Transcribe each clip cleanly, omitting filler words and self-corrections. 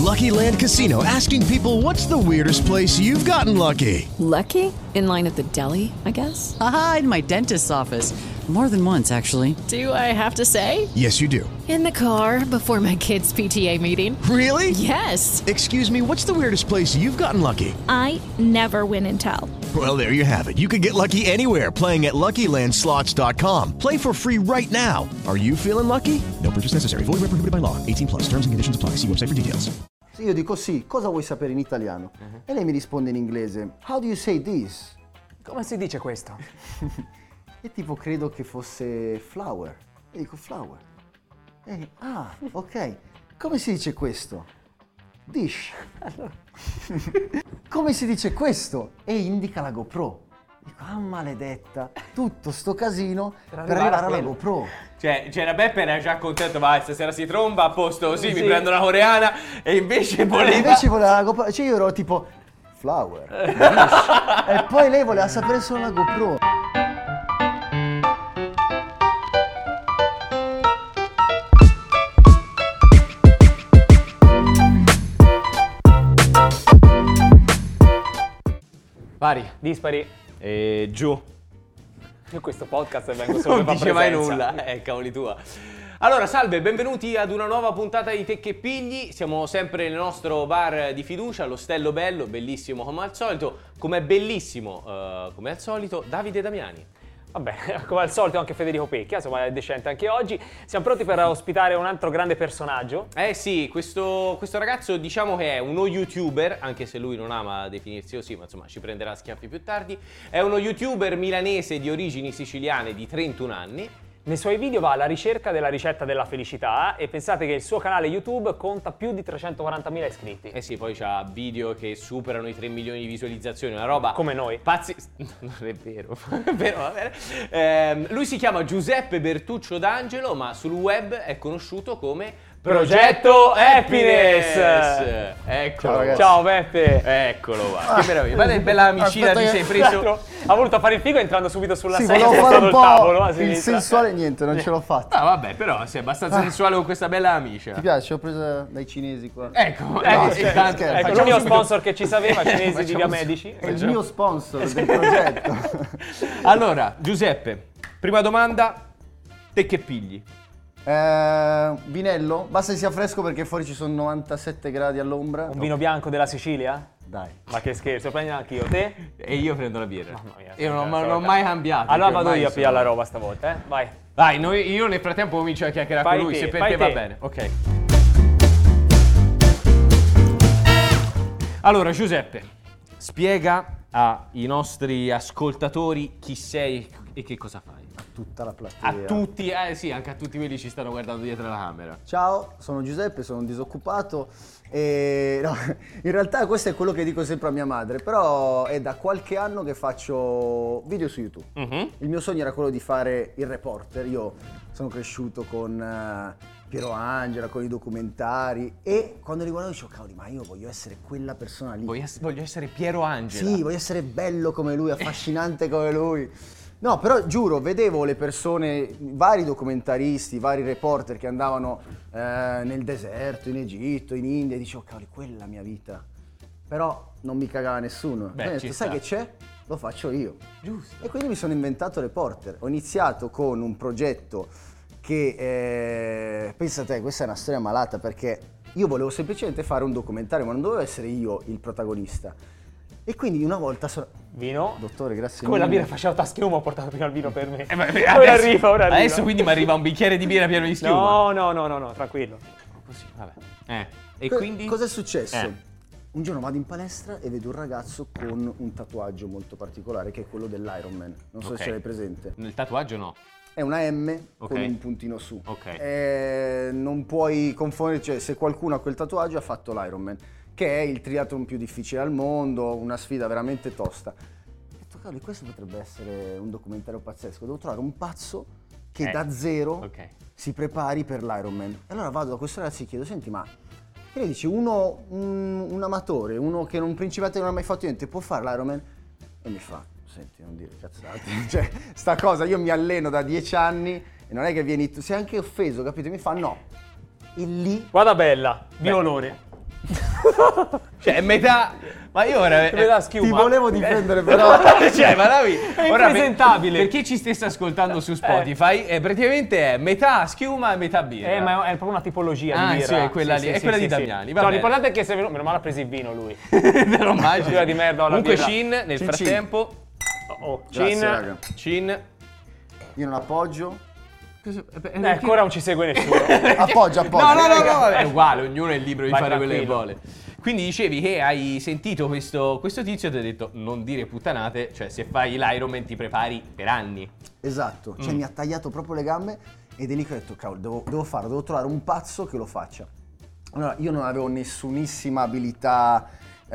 Lucky Land Casino, asking people, what's the weirdest place you've gotten lucky? Lucky? In line at the deli, I guess? Aha, in my dentist's office. More than once, actually. Do I have to say? Yes, you do. In the car before my kids' PTA meeting. Really? Yes. Excuse me, what's the weirdest place you've gotten lucky? I never win and tell. Well, there you have it. You can get lucky anywhere, playing at LuckyLandSlots.com. Play for free right now. Are you feeling lucky? No purchase necessary. Void where prohibited by law. 18 plus. Terms and conditions apply. See website for details. Se io dico sì, cosa vuoi sapere in italiano? E lei mi risponde in inglese, how do you say this? Come si dice questo? E tipo credo che fosse flower. E dico flower. E ok. Come si dice questo? Dish. Come si dice questo? E indica la GoPro. Dico, maledetta, tutto sto casino per arrivare alla GoPro. Cioè, Beppe era già contento, vai, stasera si tromba, a posto così, mi prendo una coreana, e invece voleva la GoPro, cioè io ero tipo, flower, dish. E poi lei voleva sapere solo la GoPro. Pari, dispari. E giù. Io questo podcast vengo solo Non per dice mai presenza. nulla, cavoli tua. Allora, salve, benvenuti ad una nuova puntata di Te che pigli. Siamo sempre nel nostro bar di fiducia, l'Ostello Bello, bellissimo come al solito. Com'è bellissimo, come al solito, Davide Damiani. Vabbè, come al solito anche Federico Pecchia, insomma è decente anche oggi. Siamo pronti per ospitare un altro grande personaggio. Eh sì, questo ragazzo diciamo che è uno youtuber, anche se lui non ama definirsi così, ma insomma ci prenderà a schiaffi più tardi. È uno youtuber milanese di origini siciliane di 31 anni. Nei suoi video va alla ricerca della ricetta della felicità e pensate che il suo canale YouTube conta più di 340.000 iscritti. Eh sì, poi c'ha video che superano i 3 milioni di visualizzazioni, una roba... Come noi. Pazzi... Non è vero, però va bene. Lui si chiama Giuseppe Bertuccio D'Angelo, ma sul web è conosciuto come... Progetto Happiness! Eccolo. Ciao, ciao Beppe! Eccolo qua, che meraviglia. Guarda che bella amicizia ti sei preso. Ha voluto fare il figo entrando subito sulla Sì, sedia, volevo ha fare spostato un il po' tavolo a il sinistra. sensuale, niente, non ce l'ho fatta. Ah vabbè, però sei abbastanza sensuale con questa bella amica. Ti piace? L'ho presa dai cinesi qua. Ecco, scherzo. Ecco, Facciamo l'unico subito- sponsor che ci sapeva, cinesi di Via Medici. È il mio sponsor del progetto. Allora, Giuseppe, prima domanda, te che pigli? Vinello? Basta che sia fresco perché fuori ci sono 97 gradi all'ombra. Un vino bianco della Sicilia? Dai. Ma che scherzo, prendi anch'io, te? E io prendo la birra. Mamma mia, Io non solita. ho mai cambiato. Allora perché vado ormai io a sono- pigliare la roba stavolta, eh? Vai. Dai, io nel frattempo comincio a chiacchierare Fai con lui, te, se per fai te va te. bene. Ok. Allora, Giuseppe, spiega ai nostri ascoltatori chi sei e che cosa fai. Tutta la platea. A tutti, sì, anche a tutti quelli che ci stanno guardando dietro la camera. Ciao, sono Giuseppe, sono un disoccupato e no, in realtà questo è quello che dico sempre a mia madre, però è da qualche anno che faccio video su YouTube. Il mio sogno era quello di fare il reporter, io sono cresciuto con Piero Angela, con i documentari e quando li guardavo dicevo, cavoli, ma io voglio essere quella persona lì. Voglio essere Piero Angela. Sì, voglio essere bello come lui, affascinante come lui. No, però giuro, vedevo le persone, vari documentaristi, vari reporter che andavano nel deserto, in Egitto, in India, e dicevo, cavoli, quella è la mia vita. Però non mi cagava nessuno. Beh, Ho detto, ci sai sta. che c'è? Lo faccio io. Giusto. E quindi mi sono inventato reporter. Ho iniziato con un progetto che, pensa a te, questa è una storia malata perché io volevo semplicemente fare un documentario, ma non dovevo essere io il protagonista. E quindi una volta sono... Vino? Dottore, grazie Come la mille. birra faceva ta schiuma, ho portato prima il vino per me. Ora arriva. Adesso quindi mi arriva un bicchiere di birra pieno di schiuma. No, tranquillo. Così, vabbè. E Co- quindi? Cosa è successo? Eh. Un giorno vado in palestra e vedo un ragazzo con un tatuaggio molto particolare che è quello dell'Ironman. Non so Ok. se ce l'hai presente. Nel tatuaggio no. È una M Ok. con un puntino su. Ok. Non puoi confondere, cioè se qualcuno ha quel tatuaggio ha fatto l'Ironman, che è il triathlon più difficile al mondo, una sfida veramente tosta. Ho detto, cavoli, questo potrebbe essere un documentario pazzesco. Devo trovare un pazzo che da zero Ok. si prepari per l'Ironman. E allora vado da questo ragazzo e gli chiedo, senti, ma che ne dici, un amatore, uno che un principiante non ha mai fatto niente, può fare l'Ironman? E mi fa, senti, non dire cazzate. Cioè, sta cosa, io mi alleno da 10 anni e non è che vieni tu, sei anche offeso, capito? Mi fa, no. E lì Guarda bella, di onore. Cioè, è metà... Ma io ora... Metà schiuma. Ti volevo difendere però. Cioè, ma È impresentabile. Per chi ci stesse ascoltando su Spotify, praticamente è metà schiuma e metà birra. Ma è proprio una tipologia di birra. Sì, è quella lì, è quella di Damiani. No, l'importante è che se meno male ha preso il vino lui. Te lo immagino. Birra di merda alla Comunque birra. Cin, nel Cin, frattempo... Grazie, Cin. raga. Cin... Io non appoggio. Ancora non ci segue nessuno. Appoggio. No, vabbè, è uguale, ognuno è libero di Vai fare quello che tranquillo. vuole. Quindi dicevi che hai sentito questo tizio e ti ha detto non dire puttanate, cioè se fai l'Ironman ti prepari per anni. Esatto, cioè mi ha tagliato proprio le gambe ed è lì che ho detto, cavolo, devo trovare un pazzo che lo faccia. Allora, io non avevo nessunissima abilità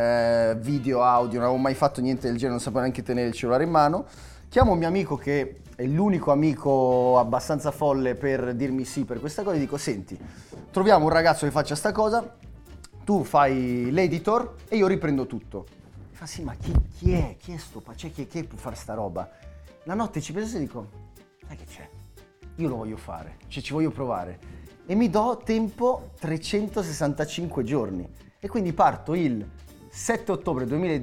video, audio, non avevo mai fatto niente del genere, non sapevo neanche tenere il cellulare in mano. Chiamo un mio amico che è l'unico amico abbastanza folle per dirmi sì per questa cosa e dico, senti, troviamo un ragazzo che faccia sta cosa, tu fai l'editor e io riprendo tutto. Mi fa sì, ma chi è? Chi è sto cioè, chi può fare sta roba? La notte ci penso e dico, sai che c'è? Io lo voglio fare, cioè ci voglio provare. E mi do tempo 365 giorni. E quindi parto il 7 ottobre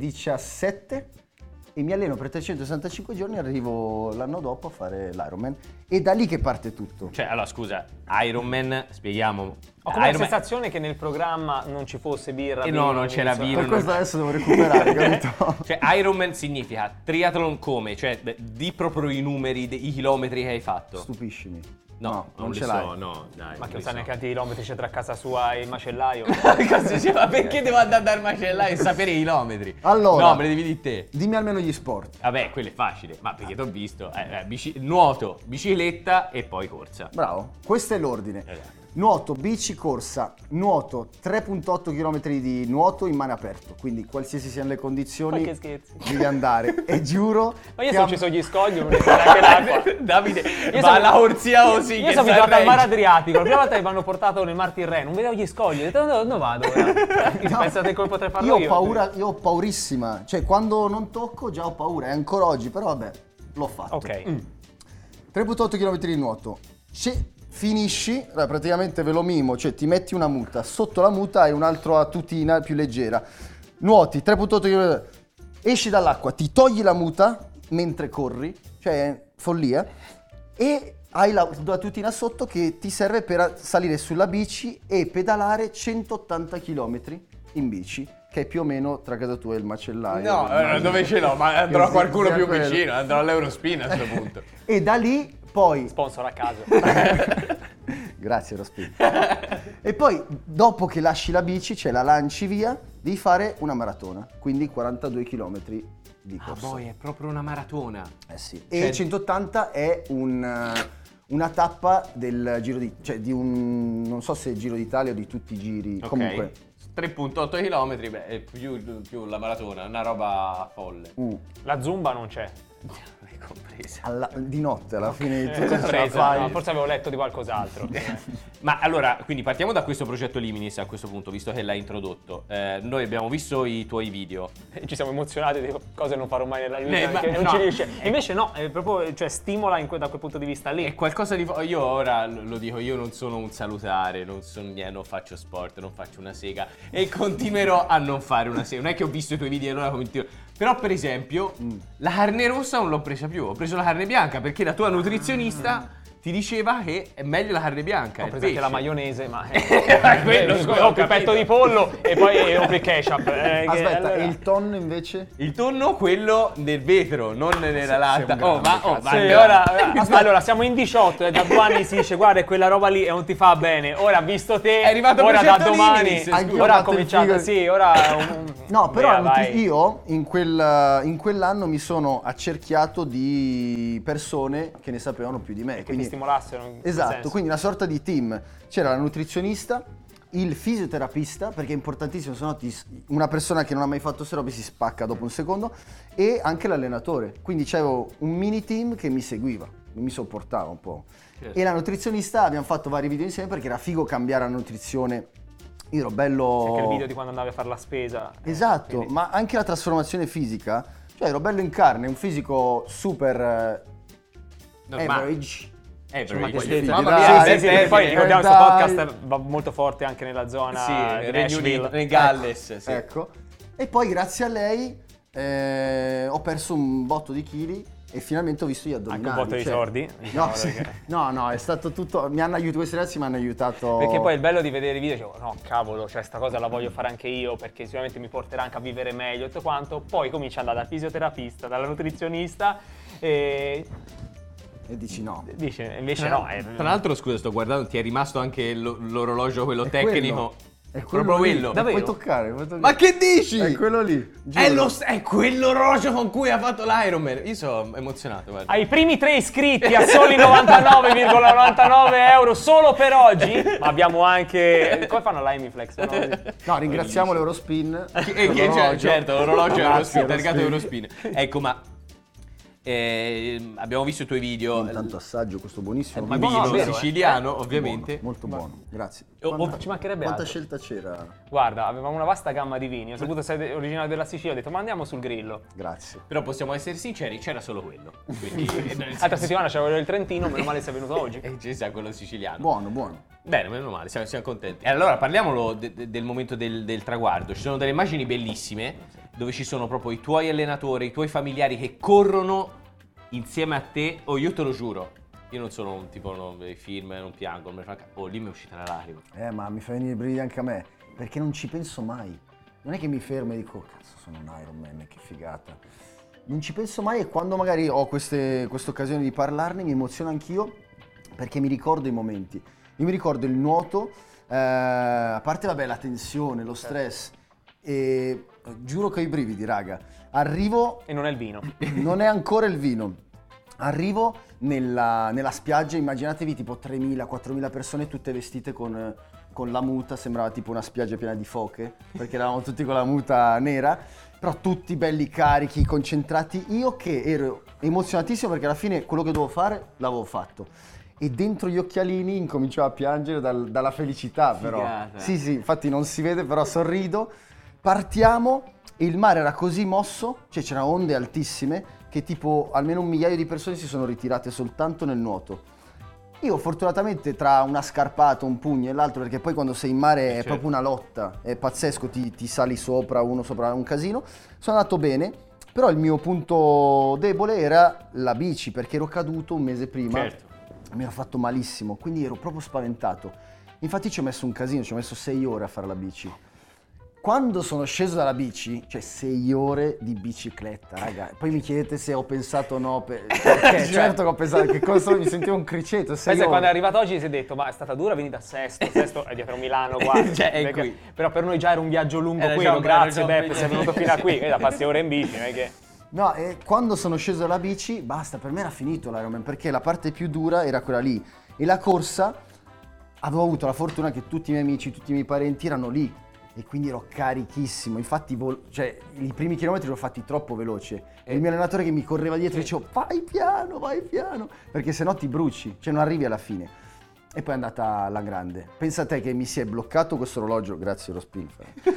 2017 e mi alleno per 365 giorni e arrivo l'anno dopo a fare l'Ironman. E da lì che parte tutto. Cioè, allora scusa, Ironman, spieghiamo. Ho come la Ironman- sensazione che nel programma non ci fosse birra. Eh no, non c'era inizio. birra. Per questo adesso devo recuperare, capito? Cioè, Ironman significa triathlon come? Cioè, di proprio i numeri, i chilometri che hai fatto. Stupiscimi. No, non li ce so, l'hai. no, dai. Ma che non sa neanche quanti chilometri c'è tra casa sua e il macellaio. Cosa diceva? Perché devo andare dal macellaio e sapere i chilometri? Allora. No, me li devi dire te. Dimmi almeno gli sport. Vabbè, quello è facile, ma perché ti ho visto. Nuoto, bicicletta e poi corsa. Bravo, questo è l'ordine. Esatto. Nuoto, bici, corsa, nuoto, 3.8 km di nuoto in mare aperto, quindi qualsiasi siano le condizioni Ma che scherzi. devi andare. E giuro Ma io che sono ci sono gli scogli, non vedo neanche l'acqua. Davide, Io va alla Orzia così. Io sono abituato al mare Adriatico. La prima volta che mi hanno portato nel Mar Tirreno, non vedevo gli scogli. Ho detto, dove vado ora? Pensate che potrei farlo io? Io ho paurissima, cioè quando non tocco già ho paura, e ancora oggi, però vabbè, l'ho fatto. Ok. 3.8 km di nuoto. Finisci, praticamente ve lo mimo, cioè ti metti una muta, sotto la muta hai un'altra tutina più leggera. Nuoti 3.8 km, esci dall'acqua, ti togli la muta mentre corri, cioè follia, e hai la tutina sotto che ti serve per salire sulla bici e pedalare 180 km in bici, che è più o meno tra casa tua e il macellaio. No, dove ce l'ho? Ma andrò a qualcuno più quello. vicino, andrò all'Eurospin a questo punto. E da lì poi... Sponsor a caso. Grazie Rospin. E poi dopo che lasci la bici, cioè la lanci via, devi fare una maratona, quindi 42 km di Ah, corsa. poi è proprio una maratona. Eh sì. Cioè- E 180 è una tappa del Giro di un, non so se è il Giro d'Italia o di tutti i giri, Ok. comunque. 3.8 km, beh, è più la maratona, una roba folle. La zumba non c'è. È compresa. Di notte alla fine tu ce la Compresa. fai. No, forse avevo letto di qualcos'altro. Ma allora, quindi partiamo da questo progetto Liminis a questo punto, visto che l'hai introdotto. Noi abbiamo visto i tuoi video. Ci siamo emozionati di cose che non farò mai nella vita, Ma che non no. ci riesce. E invece no, è proprio, cioè stimola da quel punto di vista lì. È qualcosa di... Io ora lo dico, io non sono un salutare, non faccio sport, non faccio una sega e continuerò a non fare una sega. Non è che ho visto i tuoi video e allora continuo. Però per esempio, la carne rossa non l'ho presa più, ho preso la carne bianca perché la tua nutrizionista ti diceva che è meglio la carne bianca. Ho il preso anche la pesce. maionese, ma quello, ho più petto di pollo e poi ho più ketchup. Aspetta, allora- e il tonno invece? Il tonno, quello nel vetro, non nella latta. grande, Sì, allora siamo in 18 e da 2 anni si dice guarda quella roba lì e non ti fa bene. Ora visto te, È arrivato il ora da progetto domani, Liminis, Anch'io ora ho ha fatto il cominciato, figo. sì, ora No, però vai. io in quell'anno mi sono accerchiato di persone che ne sapevano più di me. che ti stimolassero in quel Esatto, senso. quindi una sorta di team. C'era la nutrizionista, il fisioterapista, perché è importantissimo, se no una persona che non ha mai fatto queste robe si spacca dopo un secondo, e anche l'allenatore. Quindi c'avevo un mini team che mi seguiva, mi sopportava un po'. Certo. E la nutrizionista, abbiamo fatto vari video insieme perché era figo cambiare la nutrizione. Io ero bello... Anche il video di quando andavi a fare la spesa. Esatto, quindi- ma anche la trasformazione fisica, cioè ero bello in carne, un fisico super Normale. average, Ma che Sì, mamma dai, mia, sì, poi ricordiamo dai. questo podcast va molto forte anche nella zona di Regno Unito, Nashville. nel Galles. Sì. Ecco. E poi grazie a lei ho perso un botto di chili e finalmente ho visto gli addominali. Anche un botto di sordi. No, sì. No, è stato tutto. Questi ragazzi mi hanno aiutato. Perché poi il bello di vedere i video, dicevo, no cavolo, cioè sta cosa la voglio fare anche io perché sicuramente mi porterà anche a vivere meglio e tutto quanto. Poi comincia ad andare dal fisioterapista, dalla nutrizionista e dici no. dice invece no. Tra l'altro, scusa, sto guardando, ti è rimasto anche l'orologio, quello È tecnico. È proprio lì. quello. Puoi toccare. Ma che dici? È quello lì. Giuro. È quell'orologio con cui ha fatto l'Ironman. Io sono emozionato, guarda. Ai primi 3 iscritti a soli 99,99 euro solo per oggi. Abbiamo anche. Come fanno l'Imiflex? No, ringraziamo l'Eurospin. Certo, l'orologio Grazie, Eurospin, targato Eurospin. Ecco, ma abbiamo visto i tuoi video. Intanto assaggio questo buonissimo Ma vino buono, vero, siciliano, ovviamente. molto buono, grazie. Ci mancherebbe Quanta altro. scelta c'era? Guarda, avevamo una vasta gamma di vini. Ho saputo sei originario della Sicilia, ho detto ma andiamo sul grillo. Grazie. Però possiamo essere sinceri, c'era solo quello. Quindi, L'altra settimana c'era quello del Trentino, meno male sei venuto oggi. ci sta quello siciliano. Buono. Bene, meno male, siamo contenti. E allora parliamolo del momento del traguardo. Ci sono delle immagini bellissime dove ci sono proprio i tuoi allenatori, i tuoi familiari che corrono insieme a te. Oh, io te lo giuro, io non sono un tipo dei film, non piango, non me ne fa lì mi è uscita la lacrima. Ma mi fa venire i brividi anche a me, perché non ci penso mai. Non è che mi fermo e dico, cazzo, sono un Ironman, che figata. Non ci penso mai e quando magari ho queste occasioni di parlarne mi emoziono anch'io, perché mi ricordo i momenti. Io mi ricordo il nuoto, a parte vabbè la tensione, lo stress, e giuro che ho i brividi, raga. Arrivo... E non è il vino. Non è ancora il vino. Arrivo nella spiaggia, immaginatevi tipo 3.000-4.000 persone tutte vestite con la muta, sembrava tipo una spiaggia piena di foche, perché eravamo tutti con la muta nera, però tutti belli carichi, concentrati. Io che ero emozionatissimo perché alla fine quello che dovevo fare l'avevo fatto. E dentro gli occhialini incominciavo a piangere dalla felicità, però. Figata. Sì, infatti non si vede, però sorrido. Partiamo e il mare era così mosso, cioè c'erano onde altissime, che tipo almeno 1 migliaio di persone si sono ritirate soltanto nel nuoto. Io fortunatamente tra una scarpata, un pugno e l'altro, perché poi quando sei in mare è proprio una lotta, è pazzesco, ti sali sopra, uno sopra un casino, sono andato bene, però il mio punto debole era la bici, perché ero caduto un mese prima, mi ero fatto malissimo, quindi ero proprio spaventato. Infatti ci ho messo un casino, ci ho messo 6 ore a fare la bici. Quando sono sceso dalla bici, cioè 6 ore di bicicletta, raga. Poi mi chiedete se ho pensato o no, perché certo che ho pensato, che cosa mi sentivo un criceto. Pensa quando è arrivato oggi si è detto, ma è stata dura venire da Sesto è dietro Milano qua. Cioè, è qui. Però per noi già era un viaggio lungo Era quello, già- grazie era già Beppe, sei venuto fino a qui, da passi ore in bici, non è che... No, e quando sono sceso dalla bici, basta, per me era finito l'Ironman, perché la parte più dura era quella lì. E la corsa, avevo avuto la fortuna che tutti i miei amici, tutti i miei parenti erano lì. E quindi ero carichissimo, infatti i primi chilometri li ho fatti troppo veloce. E il mio allenatore che mi correva dietro dicevo vai piano, perché sennò ti bruci, cioè non arrivi alla fine. E poi è andata alla grande. Pensa a te che mi si è bloccato questo orologio, grazie Eurospin.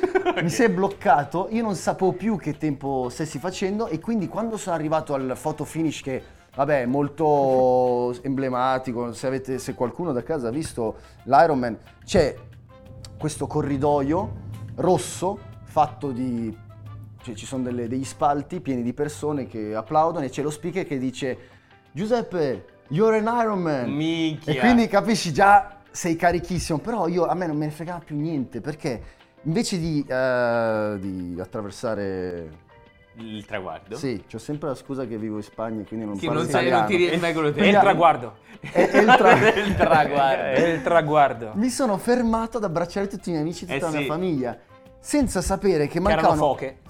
Mi si è bloccato, io non sapevo più che tempo stessi facendo e quindi quando sono arrivato al photo finish che vabbè è molto emblematico, se qualcuno da casa ha visto l'Ironman, c'è questo corridoio rosso fatto di, cioè ci sono degli spalti pieni di persone che applaudono e c'è lo speaker che dice Giuseppe, you're an Ironman. Minchia. E quindi capisci già sei carichissimo, però a me non me ne fregava più niente perché invece di attraversare Il traguardo? Sì, c'ho sempre la scusa che vivo in Spagna quindi non Che parlo non italiano. ti rivengono te. È il traguardo. È il traguardo. È il traguardo. Mi sono fermato ad abbracciare tutti i miei amici e tutta la mia famiglia, senza sapere che Erano mancavano... foche.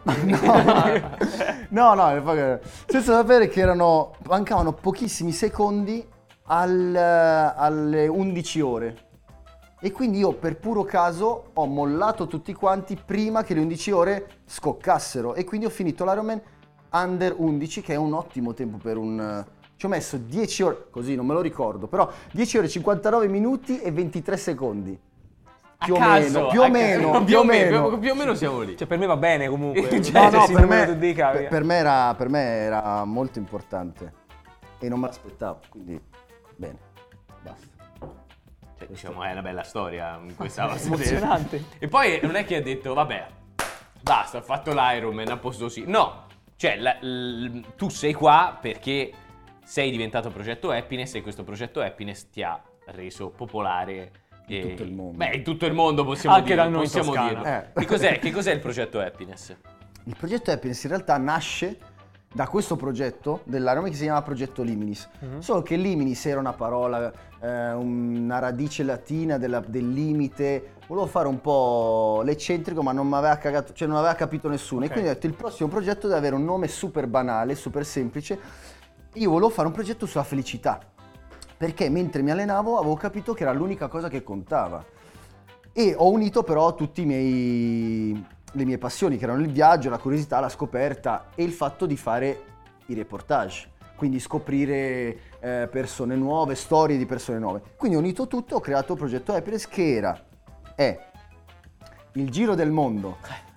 No, senza sapere che mancavano pochissimi secondi alle 11 ore. E quindi io per puro caso ho mollato tutti quanti prima che le 11 ore scoccassero e quindi ho finito l'Ironman under 11 che è un ottimo tempo per un... Ci ho messo 10 ore, così non me lo ricordo, però 10 ore 59 minuti e 23 secondi. Più o meno. Più o meno siamo lì. Cioè per me va bene comunque. No, per me per me era molto importante e non me l'aspettavo, quindi bene. basta. Cioè, diciamo, è una bella storia questa Emozionante. E poi non è che ha detto, vabbè, basta, ho fatto l'Ironman, a posto così. No, cioè tu sei qua perché sei diventato Progetto Happiness e questo Progetto Happiness ti ha reso popolare in tutto il mondo. Beh, in tutto il mondo possiamo Anche dirlo. da noi in Possiamo Toscana. dirlo. Che cos'è il Progetto Happiness? Il progetto Happiness in realtà nasce da questo progetto dell'Ironman che si chiama Progetto Liminis. Solo che Liminis era una parola, una radice latina del limite. Volevo fare un po' l'eccentrico, ma non mi aveva cagato, cioè non aveva capito nessuno. E quindi ho detto il prossimo progetto deve avere un nome super banale, super semplice. Io volevo fare un progetto sulla felicità. Perché mentre mi allenavo avevo capito che era l'unica cosa che contava. E ho unito però tutti le mie passioni, che erano il viaggio, la curiosità, la scoperta e il fatto di fare i reportage, quindi scoprire persone nuove, storie di persone nuove. Quindi ho unito tutto, ho creato il progetto Happiness che è il giro del mondo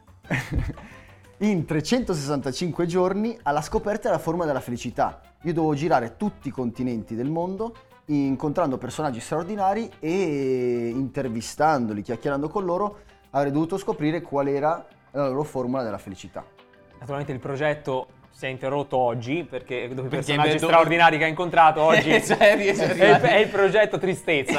in 365 giorni alla scoperta della forma della felicità. Io dovevo girare tutti i continenti del mondo incontrando personaggi straordinari e intervistandoli, chiacchierando con loro, avrei dovuto scoprire qual era la loro formula della felicità. Naturalmente il progetto si è interrotto oggi perché dopo i personaggi invece straordinari che ha incontrato oggi è il progetto tristezza.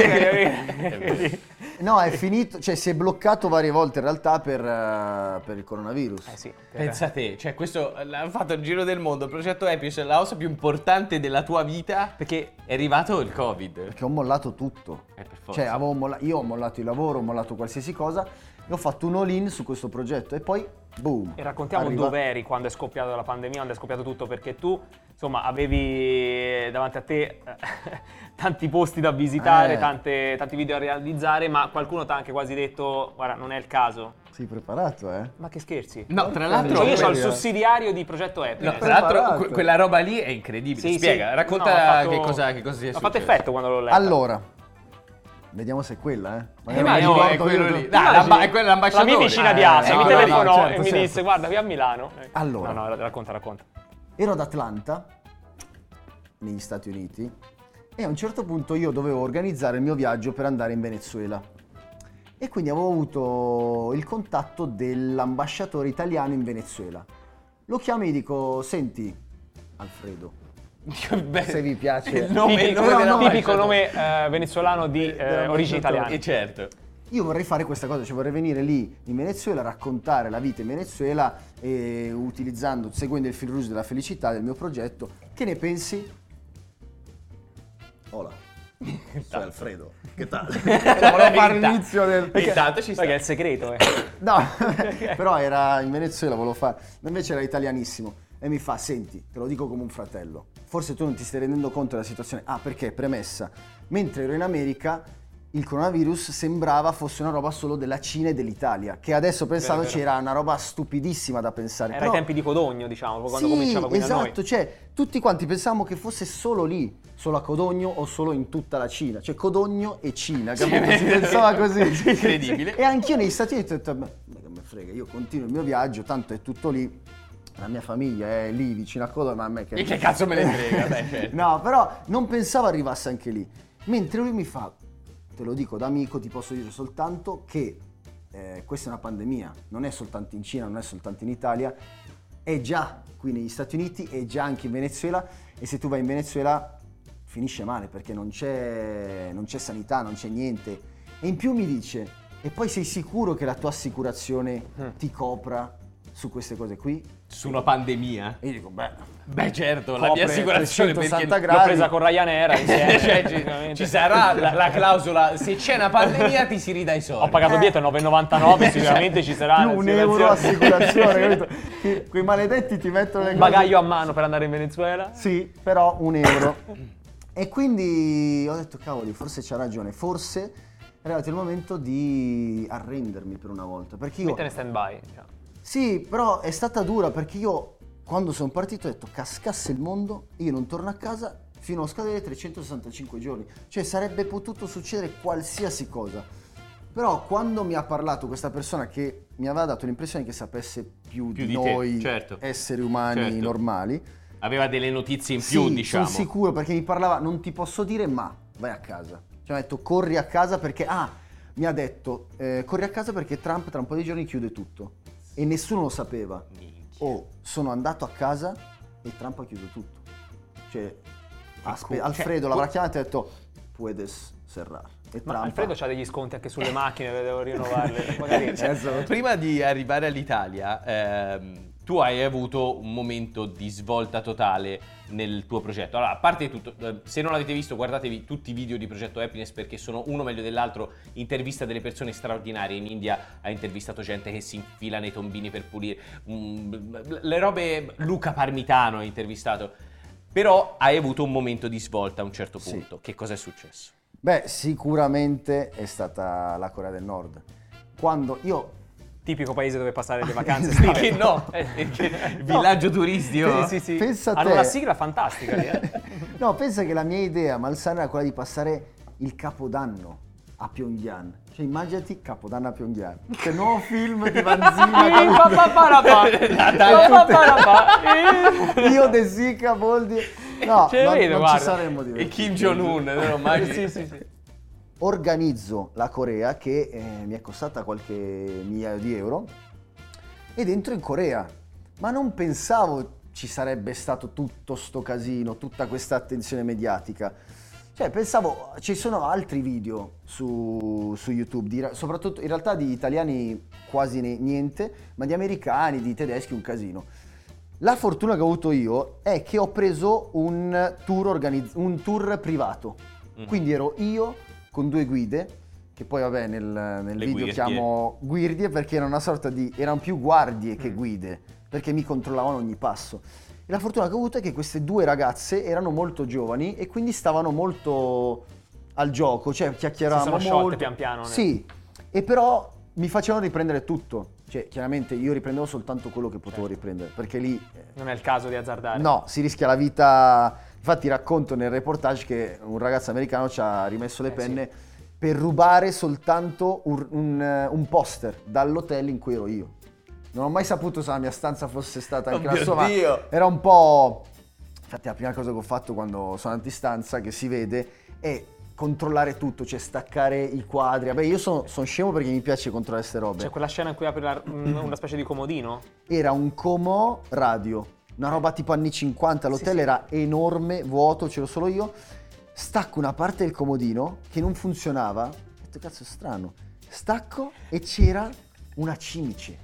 No, è finito, cioè si è bloccato varie volte in realtà per il coronavirus. Sì, Pensa te, cioè questo ha fatto il giro del mondo, il Progetto Happiness, la cosa più importante della tua vita, perché è arrivato il Covid. Perché ho mollato tutto. Per forza. Cioè io ho mollato il lavoro, ho mollato qualsiasi cosa e ho fatto un all-in su questo progetto e poi boom. E raccontiamo dov'eri quando è scoppiata la pandemia, quando è scoppiato tutto, perché tu insomma avevi davanti a te tanti posti da visitare, tanti video da realizzare, ma qualcuno ti ha anche quasi detto guarda non è il caso. Sei preparato, Ma che scherzi? No, tra l'altro Cioè, io ho il sussidiario di Progetto No, Happiness. tra l'altro preparato. quella roba lì è incredibile. Sì, Spiega, sì. racconta No, ha fatto- che cosa sia Ha successo. fatto effetto quando l'ho letto. Allora, vediamo se è quella, Ma Magari no, mi è ricordo quello io. lì. Dai, è quella La l'ambasciatore. mia vicina di Asia mi no, telefonò certo, e mi certo. disse guarda qui a Milano. Allora. No, racconta. Ero ad Atlanta, negli Stati Uniti, e a un certo punto io dovevo organizzare il mio viaggio per andare in Venezuela. E quindi avevo avuto il contatto dell'ambasciatore italiano in Venezuela. Lo chiamo e gli dico, senti, Alfredo, se vi piace. Il nome Tipico nome venezuelano di origini italiane. Certo. Io vorrei fare questa cosa, cioè vorrei venire lì in Venezuela, raccontare la vita in Venezuela e seguendo il fil rouge della felicità del mio progetto. Che ne pensi? Hola, sono Alfredo, che tal? Volevo fare l'inizio del... Intanto ci sta. Perché è il segreto, No, però era in Venezuela, volevo fare... Invece era italianissimo. E mi fa, senti, te lo dico come un fratello. Forse tu non ti stai rendendo conto della situazione. Ah, perché? Premessa. Mentre ero in America, il coronavirus sembrava fosse una roba solo della Cina e dell'Italia. Che adesso pensandoci era una roba stupidissima da pensare. Era ai tempi di Codogno, diciamo, quando sì, cominciava qui da noi. esatto, cioè tutti quanti pensavamo che fosse solo lì, solo a Codogno o solo in tutta la Cina, cioè Codogno e Cina, capito? Si pensava così. Incredibile. E anch'io negli Stati Uniti ho detto, ma che me frega, io continuo il mio viaggio, tanto è tutto lì, la mia famiglia è lì vicino a Codogno, ma a me E che cazzo me ne frega? Beh, certo. No, però non pensavo arrivasse anche lì, mentre lui mi fa, te lo dico da amico, ti posso dire soltanto che questa è una pandemia, non è soltanto in Cina, non è soltanto in Italia, è già qui negli Stati Uniti, è già anche in Venezuela, e se tu vai in Venezuela finisce male perché non c'è sanità, non c'è niente. E in più mi dice, e poi sei sicuro che la tua assicurazione ti copra su queste cose qui? Su una pandemia? E io dico, Beh certo, la copre mia assicurazione 360 perché... L'ho presa con Ryanair insieme. Cioè, ci sarà la clausola, se c'è una pandemia ti si ridà i soldi. Ho pagato dietro 9,99, sicuramente ci sarà. più un euro assicurazione, capito? Quei maledetti ti mettono le cose. Bagaglio a mano per andare in Venezuela? Sì, però un euro. E quindi ho detto, cavoli, forse c'ha ragione, forse è arrivato il momento di arrendermi per una volta, perché io... Mettere in stand-by. Diciamo. Sì, però è stata dura perché io quando sono partito ho detto cascasse il mondo, io non torno a casa fino a scadere 365 giorni. Cioè sarebbe potuto succedere qualsiasi cosa. Però quando mi ha parlato questa persona che mi aveva dato l'impressione che sapesse più di di te, noi certo. esseri umani Certo. normali. Aveva delle notizie in più, Sì, diciamo. sono sicuro perché mi parlava, non ti posso dire ma vai a casa. Cioè mi ha detto corri a casa perché, mi ha detto corri a casa perché Trump tra un po' di giorni chiude tutto. E nessuno lo sapeva. Sono andato a casa e Trump ha chiuso tutto. Cioè, Alfredo l'avrà chiamato e ha detto puedes cerrar. E Ma Trump Alfredo c'ha degli sconti anche sulle macchine, devo rinnovarle. Magari. Prima di arrivare all'Italia, tu hai avuto un momento di svolta totale nel tuo progetto. Allora, a parte tutto, se non l'avete visto, guardatevi tutti i video di Progetto Happiness perché sono uno meglio dell'altro, intervista delle persone straordinarie. In India ha intervistato gente che si infila nei tombini per pulire, le robe, Luca Parmitano ha intervistato. Però hai avuto un momento di svolta a un certo punto. Sì. Che cosa è successo? Beh, sicuramente è stata la Corea del Nord. Quando io... Tipico paese dove passare le vacanze Esatto. estive. Che no, villaggio turistico. Sì. Pensa a Hanno te. una sigla fantastica lì. No, pensa che la mia idea malsana era quella di passare il Capodanno a Pyongyang. Cioè immaginati Capodanno a Pyongyang. C'è un nuovo film di Vanzina. Io De Sica, Boldi. No, non ci saremmo divertiti. E Kim Jong-un, no? Sì. Organizzo la Corea che mi è costata qualche migliaio di euro ed entro in Corea, ma non pensavo ci sarebbe stato tutto sto casino, tutta questa attenzione mediatica. Cioè pensavo, ci sono altri video su YouTube, soprattutto in realtà di italiani quasi niente, ma di americani, di tedeschi un casino. La fortuna che ho avuto io è che ho preso un tour privato, quindi ero io con 2 guide, che poi vabbè nel video guirdie. chiamo guirdie perché erano più guardie che guide, perché mi controllavano ogni passo. E la fortuna che ho avuto è che queste 2 ragazze erano molto giovani e quindi stavano molto al gioco, cioè chiacchieravamo si sono molto. sciolte pian piano. Sì, e però mi facevano riprendere tutto. Cioè, chiaramente io riprendevo soltanto quello che potevo riprendere, perché lì... Non è il caso di azzardare. No, si rischia la vita. Infatti racconto nel reportage che un ragazzo americano ci ha rimesso le penne per rubare soltanto un poster dall'hotel in cui ero io. Non ho mai saputo se la mia stanza fosse stata anche la sua, ma era un po'... Infatti la prima cosa che ho fatto quando sono andato in stanza, che si vede, è controllare tutto, cioè staccare i quadri. Vabbè, io sono scemo perché mi piace controllare queste robe. C'è quella scena in cui apri una specie di comodino? Era un Como radio, una roba tipo anni 50, l'hotel era enorme, vuoto, c'ero solo io. Stacco una parte del comodino che non funzionava, ho detto cazzo è strano, stacco e c'era una cimice.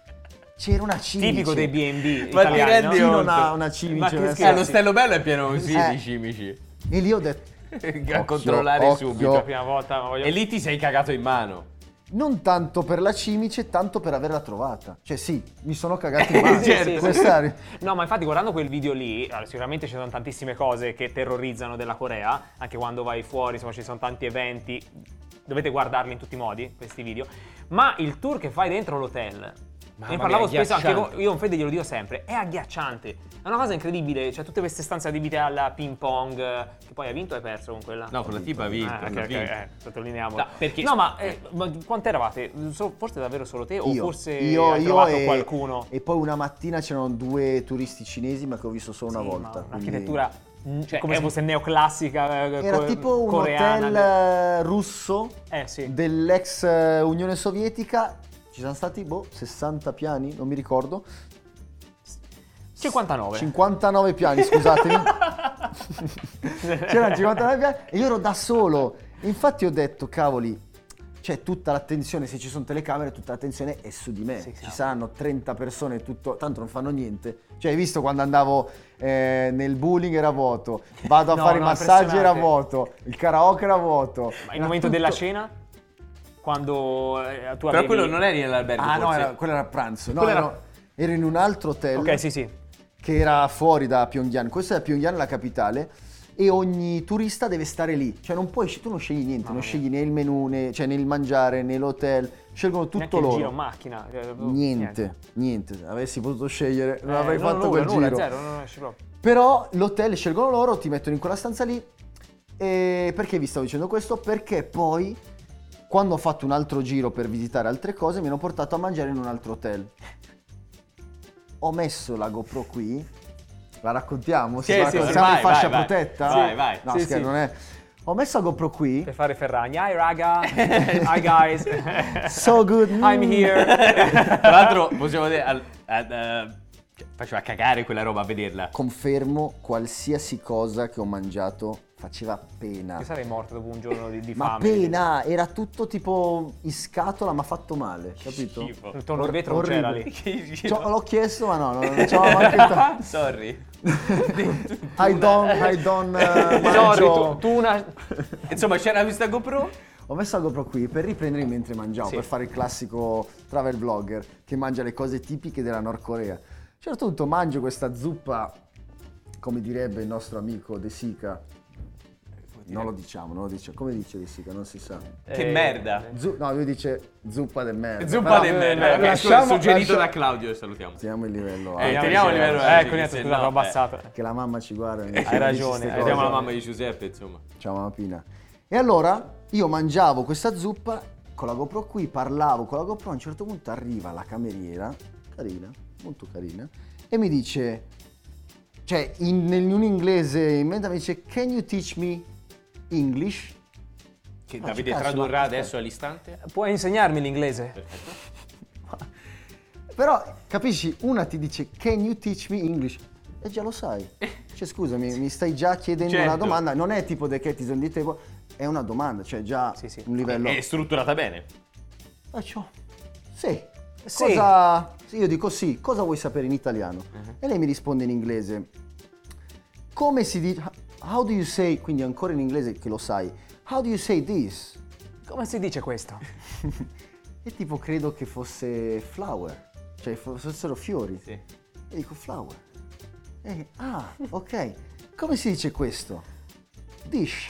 Tipico dei B&B Ma italiani, ti rendi Chi no? non ha una cimice? Lo Stello Bello è pieno così di cimici. E lì ho detto A controllare occhio. subito. La prima volta E lì ti sei cagato in mano. non tanto per la cimice, tanto per averla trovata. Cioè sì, mi sono cagato in mano. Certo. Questa- No, ma infatti guardando quel video lì, allora, sicuramente ci sono tantissime cose che terrorizzano della Corea, anche quando vai fuori, insomma ci sono tanti eventi, dovete guardarli in tutti i modi, questi video, ma il tour che fai dentro l'hotel, ne parlavo spesso anche io con Fede, glielo dico sempre, è agghiacciante, è una cosa incredibile, cioè tutte queste stanze adibite alla ping pong, che poi hai vinto o hai perso con quella? No, con la tipa ha vinto. Sottolineiamo. No, perché... No, ma quante eravate? Forse davvero solo te? O Io. forse Io hai trovato e- qualcuno? E poi una mattina c'erano 2 turisti cinesi, ma che ho visto solo una Sì, volta. ma quindi- un'architettura Cioè, come è se fosse neoclassica Era tipo un coreana. hotel russo Sì. dell'ex Unione Sovietica. Ci sono stati 60 piani, non mi ricordo. 59. 59 piani, scusatemi. C'erano 59 piani e io ero da solo. Infatti ho detto, cavoli, c'è tutta l'attenzione, se ci sono telecamere, tutta l'attenzione è su di me. Sì, Ci saranno 30 persone, tanto non fanno niente. Cioè, hai visto quando andavo nel bowling era vuoto, vado a fare i massaggi era impressionante. vuoto, il karaoke era vuoto. Ma il Era momento tutto- della cena? Quando tu Però avevi... quello non eri nell'albergo, Ah no, forse. quello era a pranzo. No, Quello ero in un altro hotel. Ok, sì. Che era fuori da Pyongyang. Questo è Pyongyang, la capitale, e ogni turista deve stare lì. Cioè non puoi, tu non scegli niente, non scegli né il menù, né il mangiare, né l'hotel, scelgono tutto Neanche il loro. giro in macchina. Niente. Avessi potuto scegliere, non avrei nulla, fatto quel nulla, giro. zero, non esci proprio. Però l'hotel scelgono loro, ti mettono in quella stanza lì. E perché vi stavo dicendo questo? Perché poi, quando ho fatto un altro giro per visitare altre cose, mi hanno portato a mangiare in un altro hotel. Ho messo la GoPro qui, la raccontiamo? Sì, Siamo in fascia vai. protetta? Vai. No, Sì, scherzo, sì. non è. Ho messo la GoPro qui. Per fare Ferragni. Hi raga. Hi guys. So good. I'm here. Tra l'altro possiamo dire, faceva cagare quella roba a vederla. Confermo, qualsiasi cosa che ho mangiato faceva pena. Io sarei morto dopo un giorno di Ma fame. pena, era tutto tipo in scatola ma fatto male, capito? Schifo. Il tonno di vetro non c'era lì. L'ho chiesto ma no, non c'avevo manco Sorry. I don't No, mangio. tu una... Insomma, c'era questa GoPro? Ho messo la GoPro qui per riprendere mentre mangiavo, Sì. per fare il classico travel vlogger che mangia le cose tipiche della Nord Corea. A un certo punto mangio questa zuppa, come direbbe il nostro amico De Sica. Non lo diciamo. Come dice De Sica? Non si sa. Che merda. No, lui dice zuppa del merda. Zuppa Però, del merda. Ok, lasciamo- suggerito lascia- da Claudio, salutiamo. Teniamo il livello Teniamo il livello. Ecco, sì, niente, se scusa, no, l'ho abbassato. che la mamma ci guarda. Hai ragione, Vediamo la mamma di Giuseppe, insomma. Ciao mamma Pina. E allora io mangiavo questa zuppa con la GoPro qui, parlavo con la GoPro, a un certo punto arriva la cameriera, carina, molto carina, e mi dice, cioè in un inglese in mente mi dice, can you teach me English? Che Ma Davide che cazzo, tradurrà ma- adesso all'istante? Puoi insegnarmi l'inglese? Però capisci, una ti dice, can you teach me English? E già lo sai. Cioè scusami, mi stai già chiedendo una Certo. domanda, non è tipo the cat is on the table, è una domanda, cioè già Sì. un livello... È strutturata bene. Faccio, sì. Sì. Cosa, io dico sì, cosa vuoi sapere in italiano? E lei mi risponde in inglese. Come si dice, how do you say, quindi ancora in inglese che lo sai, how do you say this? Come si dice questo? E tipo credo che fosse flower, cioè fossero fiori. Sì. E dico flower. E, ok. Come si dice questo? Dish.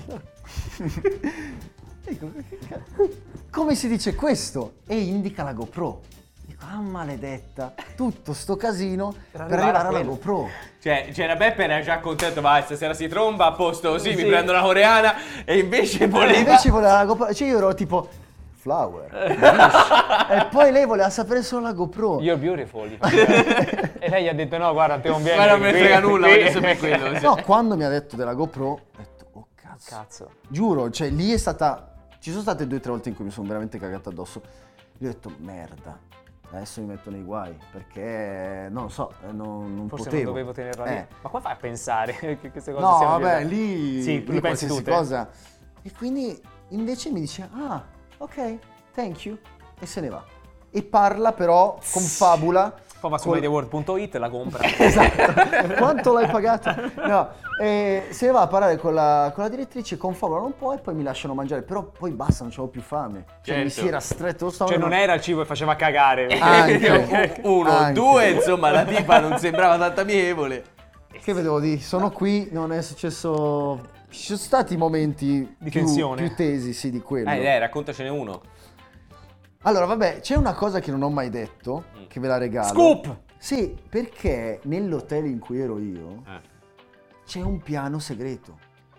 Dico, come si dice questo? E indica la GoPro. Dico, maledetta, tutto sto casino per arrivare alla quello. GoPro. Cioè, c'era Beppe, era già contento, vai, stasera si tromba, a posto così, mi Sì. prendo una coreana, e invece voleva... Invece voleva la GoPro, cioè io ero tipo flower. Dish. E poi lei voleva sapere solo la GoPro. You're beautiful. gli faceva. E lei gli ha detto no, guarda, te non vieni. Ma non me ne qui, frega nulla, qui. voglio sapere quello. No, quando mi ha detto della GoPro, ho detto, oh cazzo. Cazzo. Giuro, cioè lì è stata... Ci sono state 2 o 3 volte in cui mi sono veramente cagato addosso. Gli ho detto, merda, adesso mi metto nei guai, perché non lo so, non Forse potevo. non dovevo tenerla lì. Ma come fai a pensare che queste cose No, siano vabbè, vietate? lì, Sì, lì li pensi qualsiasi tutte. cosa. E quindi invece mi dice, ok, thank you, e se ne va. E parla però, confabula. Poi va su col- mediaworld.it e la compra. Esatto. Quanto l'hai pagato? No, se ne va a parlare con la direttrice, confabulano un po' e poi mi lasciano mangiare. Però poi basta, non c'avevo più fame. Cioè mi Certo. si era stretto lo stomaco. Cioè non era il cibo che faceva cagare. Anche. Uno, Anche. due, insomma, la tipa non sembrava tanto amichevole. Che vedevo di? Sono qui, non è successo... Ci sono stati momenti Di tensione. più tesi, sì, di quello. Raccontacene uno. Allora, vabbè, c'è una cosa che non ho mai detto, che ve la regalo. Scoop! Sì, perché nell'hotel in cui ero io c'è un piano segreto.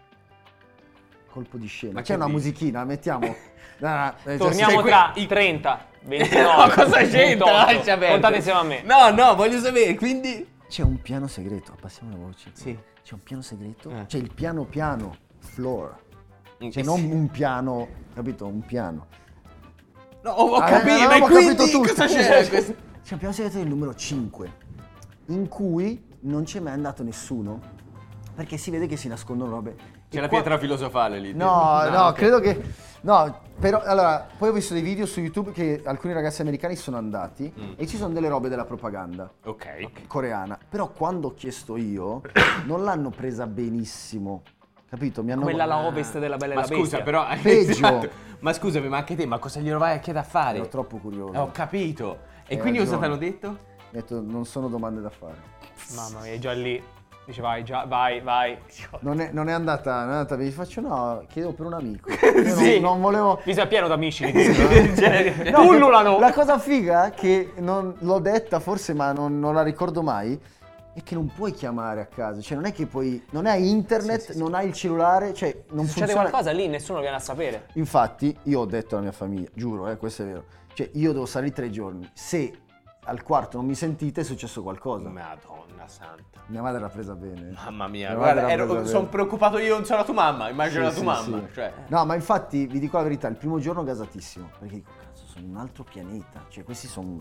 Colpo di scena. Ma C'è che una dici? musichina, mettiamo... Torniamo sei qui- tra 30, 29. No, cosa c'entra? 28. Lascia perdere. Contate insieme a me. No, voglio sapere, quindi... C'è un piano segreto, abbassiamo la voce. Sì. C'è un piano segreto? C'è il piano, floor. Cioè Sì. non un piano, capito? Un piano. No, ho Ah, capito, ma avevamo quindi capito tutto. cosa c'era? questo? C'è un piano segreto del numero 5, in cui non c'è mai andato nessuno, perché si vede che si nascondono robe. C'è E la qua- pietra filosofale lì. No, ok. credo che... No, però, allora, poi ho visto dei video su YouTube che alcuni ragazzi americani sono andati e ci sono delle robe della propaganda Ok. coreana. Però quando ho chiesto io, non l'hanno presa benissimo, capito? Mi hanno... Quella la ovest della Bella e Ma la scusa, Bestia. però... Peggio. Esatto. Ma scusami, ma anche te, ma cosa glielo vai a chiedere a fare? Ero troppo curioso. Ho capito. E Hai quindi cosa ti ragione. hanno detto? Ho detto, non sono domande da fare. Mamma mia, già lì. Dice vai. Non è andata, vi faccio no, chiedevo per un amico. Io Sì. non volevo... Viso è pieno d'amici. No, Pullulano. La cosa figa, che non l'ho detta forse, ma non la ricordo mai, è che non puoi chiamare a casa. Cioè non è che puoi... Non hai internet, non hai il cellulare, cioè non Succede funziona. qualcosa lì, nessuno viene a sapere. Infatti, io ho detto alla mia famiglia, giuro, questo è vero. Cioè io devo stare lì 3 giorni. Se al quarto non mi sentite, è successo qualcosa. Madonna santa. Mia madre l'ha presa bene. Mamma mia, Mia madre guarda, l'ha presa sono bene. preoccupato io, non sono la tua mamma, immagino Sì, la tua sì, mamma. sì. Cioè. No, ma infatti vi dico la verità, il primo giorno gasatissimo, perché dico, cazzo, sono un altro pianeta, cioè questi sono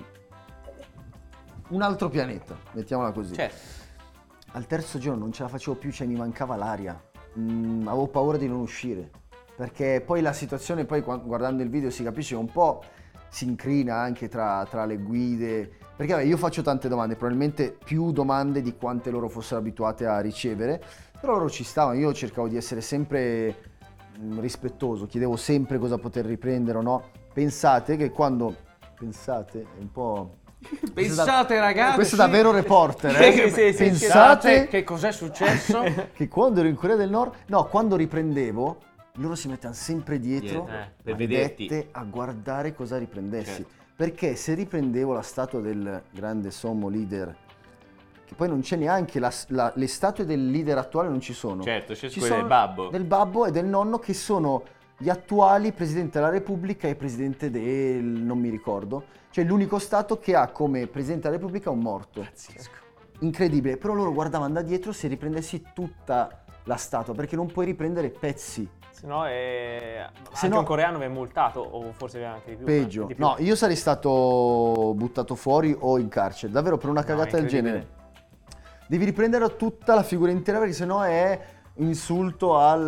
un altro pianeta, mettiamola così. Cioè, Al terzo giorno non ce la facevo più, cioè mi mancava l'aria, avevo paura di non uscire, perché poi la situazione, poi guardando il video si capisce un po', si incrina anche tra le guide, perché vabbè, io faccio tante domande, probabilmente più domande di quante loro fossero abituate a ricevere, però loro ci stavano, io cercavo di essere sempre rispettoso, chiedevo sempre cosa poter riprendere o no. Pensate che quando... Pensate, è un po'... pensate ragazzi. Questo è da vero reporter, Sì, Pensate che cos'è successo? che quando ero in Corea del Nord, no, quando riprendevo, loro si mettono sempre dietro per vederti. a guardare cosa riprendessi. Certo. Perché se riprendevo la statua del grande sommo leader, che poi non c'è neanche le statue del leader attuale, non ci sono. Certo, c'è Ci quella sono del babbo. Del babbo e del nonno, che sono gli attuali presidente della Repubblica e presidente del... non mi ricordo. Cioè l'unico stato che ha come presidente della Repubblica un morto. Pazzesco. Incredibile, però loro guardavano da dietro se riprendessi tutta la statua, perché non puoi riprendere pezzi. Se no è... Se anche no- un coreano viene multato, o forse anche di più. Peggio. di più. No, io sarei stato buttato fuori o in carcere, davvero, per una cagata del incredibile. genere. Devi riprendere tutta la figura intera, perché sennò è insulto al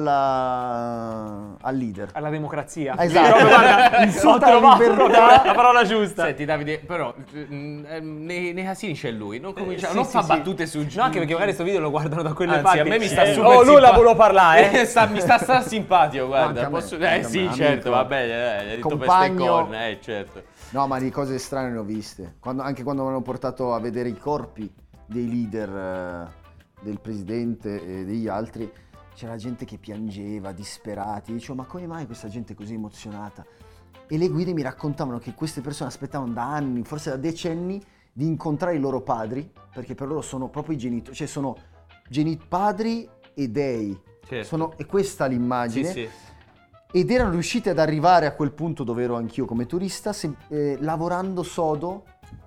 leader. Alla democrazia. Esatto. Però, guarda, Insulto ho trovato alla libertà. la parola giusta. Senti Davide, però nei casini c'è lui, non, comincia, Sì, non sì, fa sì. battute su No, anche perché magari sto video lo guardano da quelle Anzi, parti. a me mi sta super Oh, lui la simpatico. volevo parlare, mi sta simpatico, guarda. Anche a me, Posso... anche a me, sì, amico. certo, va bene, hai detto peste Compagno. corna, certo. No, ma di cose strane ne ho viste. Anche quando mi hanno portato a vedere i corpi dei leader, del presidente e degli altri, c'era gente che piangeva, disperati. Dicevo, ma come mai questa gente è così emozionata? E le guide mi raccontavano che queste persone aspettavano da anni, forse da decenni, di incontrare i loro padri, perché per loro sono proprio i genitori, cioè sono padri e dei. Certo. È questa l'immagine. Sì. Ed erano riusciti ad arrivare a quel punto dove ero anch'io come turista, lavorando sodo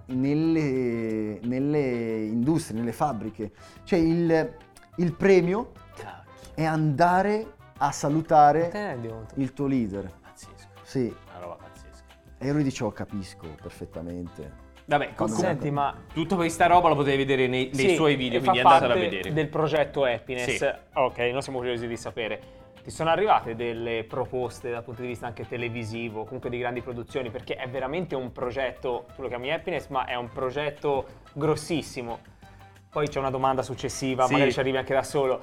nelle industrie, nelle fabbriche. Cioè il premio è andare a salutare Te ne rendi conto? il tuo leader. Pazzesco, Sì, una roba pazzesca. e io gli dicevo, capisco perfettamente. Vabbè, Senti, ma tutta questa roba la potevi vedere nei sì, suoi video, fa quindi andatela a parte vedere. del progetto Happiness. Sì. Ok, noi siamo curiosi di sapere. Ti sono arrivate delle proposte dal punto di vista anche televisivo, comunque di grandi produzioni, perché è veramente un progetto, tu lo chiami Happiness, ma è un progetto grossissimo. Poi c'è una domanda successiva, Sì. magari ci arrivi anche da solo.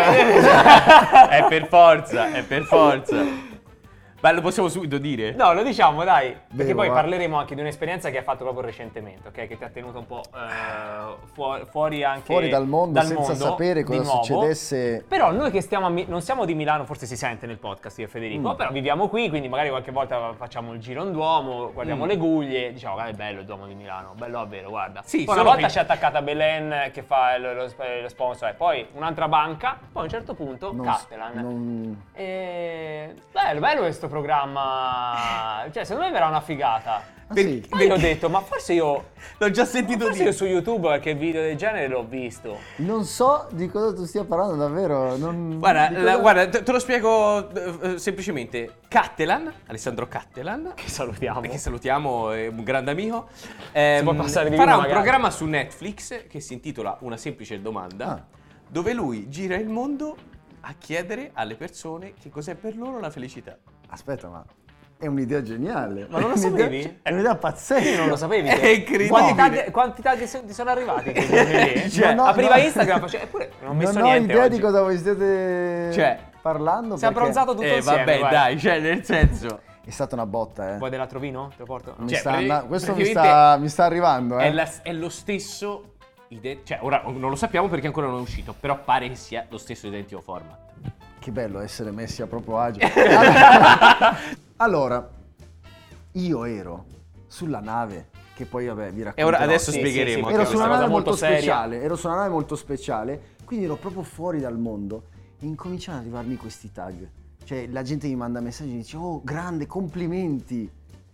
È per forza, è per forza. Ma lo possiamo subito dire? No, lo diciamo, dai, perché Vero, poi va. parleremo anche di un'esperienza che hai fatto proprio recentemente, ok? Che ti ha tenuto un po' fuori anche Fuori dal mondo, senza mondo, sapere di cosa nuovo. succedesse. Però noi che stiamo non siamo di Milano, forse si sente nel podcast io e Federico, però viviamo qui, quindi magari qualche volta facciamo il giro in Duomo, guardiamo le guglie, diciamo, guarda, è bello il Duomo di Milano, bello davvero, guarda. Sì, poi una solo volta che- si è attaccata Belen che fa lo sponsor, e poi un'altra banca, poi a un certo punto Catalan. Bello questo programma. Cioè, secondo me verrà una figata. sì. Poi ho detto, ma forse io L'ho già sentito forse dire. io su YouTube qualche video del genere l'ho visto. Non so di cosa tu stia parlando davvero. Guarda, di cosa- guarda, te lo spiego semplicemente. Cattelan, Alessandro Cattelan, Che salutiamo. che salutiamo, è un grande amico, può passare di farà vino, un magari. programma su Netflix che si intitola Una semplice domanda, Ah. dove lui gira il mondo a chiedere alle persone che cos'è per loro la felicità. Aspetta, ma è un'idea geniale. Ma non lo È un'idea- sapevi? È un'idea pazzesca. Io non lo sapevi. È incredibile. Quantità che ti sono arrivati? quei giorni lì? Cioè, no, apriva no. Instagram, faceva, eppure non ho messo Non ho niente idea oggi. di cosa voi stiate Cioè, parlando. Si è perché abbronzato tutto insieme. vabbè, guarda. dai, cioè, nel senso. È stata una botta, Vuoi dell'altro vino? Te lo porto? Cioè, Questo mi praticamente sta arrivando, È lo stesso. Cioè, ora non lo sappiamo perché ancora non è uscito, però pare che sia lo stesso identico format. Che bello essere messi a proprio agio. Allora, io ero sulla nave, che poi vabbè vi E racconterò. ora adesso Sì, spiegheremo. sì, sì, anche Ero su questa una questa nave cosa molto molto seria. speciale, ero su una nave molto speciale, quindi ero proprio fuori dal mondo e incominciano ad arrivarmi questi tag. Cioè la gente mi manda messaggi e dice, oh grande, complimenti.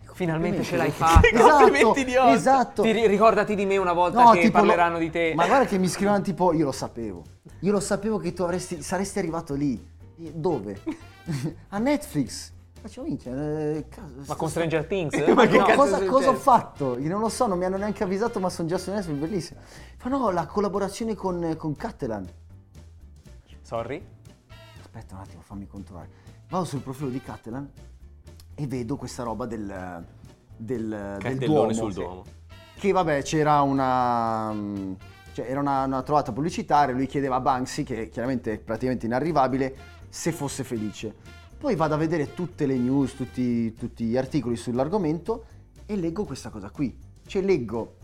Finalmente ce l'hai fatta. Complimenti di oggi. Esatto. Ricordati di me una volta No, che tipo, parleranno di te. Ma guarda che mi scrivevano tipo, io lo sapevo che tu saresti arrivato lì. Dove? A Netflix. Faccio minchia, Ma con Stranger Things? Ma che No. cazzo è cosa ho successo? fatto? Io non lo so, non mi hanno neanche avvisato, ma sono già su Netflix, bellissimo. Ma no, la collaborazione con Catalan. Sorry? Aspetta un attimo, fammi controllare. Vado sul profilo di Catalan e vedo questa roba del Cartellone Duomo. sul Duomo. Che vabbè, c'era era una trovata pubblicitaria, lui chiedeva a Banksy, che chiaramente è praticamente inarrivabile, se fosse felice. Poi vado a vedere tutte le news, tutti gli articoli sull'argomento e leggo questa cosa qui. Cioè leggo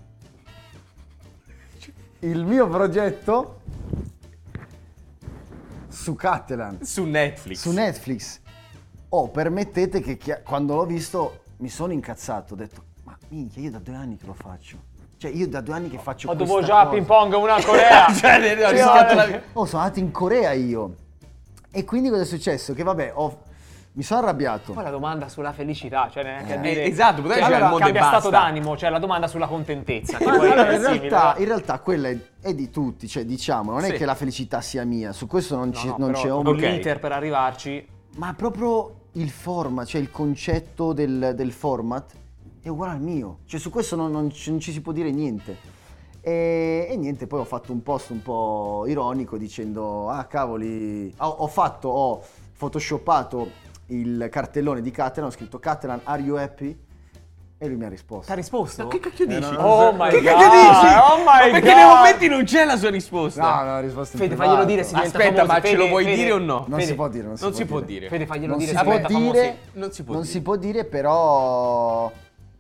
il mio progetto su Catalan, Su Netflix. su Netflix. Permettete che quando l'ho visto mi sono incazzato, ho detto, ma minchia, io da 2 anni che lo faccio. Cioè io da 2 anni che faccio Ho questa dovuto già cosa. ping pong una Corea. Cioè, ho rischiato la vita. Sono andato in Corea io. E quindi cosa è successo? Che vabbè, mi sono arrabbiato. Poi la domanda sulla felicità, cioè neanche a dire... esatto, poteva girare il mondo e cambia basta. stato d'animo, cioè la domanda sulla contentezza. Che Ma poi allora, è in simile, realtà quella è di tutti, cioè diciamo, non è Sì. che la felicità sia mia, su questo non no, c'è però un... proprio l'iter per arrivarci. Ma proprio il format, cioè il concetto del format è uguale al mio, cioè su questo non ci si può dire niente. E niente, poi ho fatto un post un po' ironico dicendo, ah cavoli, ho photoshoppato il cartellone di Catalan, ho scritto Catalan, are you happy? E lui mi ha risposto. Ti ha risposto? Che cacchio dici? Oh my Che god! cacchio dici? Oh my Ma perché god! nei momenti non c'è la sua risposta? No, no, ha risposto in Fede, privato. faglielo dire, si diventa Aspetta, famosi. ma ce lo Fede, vuoi Fede. dire o no? Non si può dire, Non si può dire. Fede, faglielo Non dire, si si può diventa famosi. dire, Non si può non dire. si può dire, però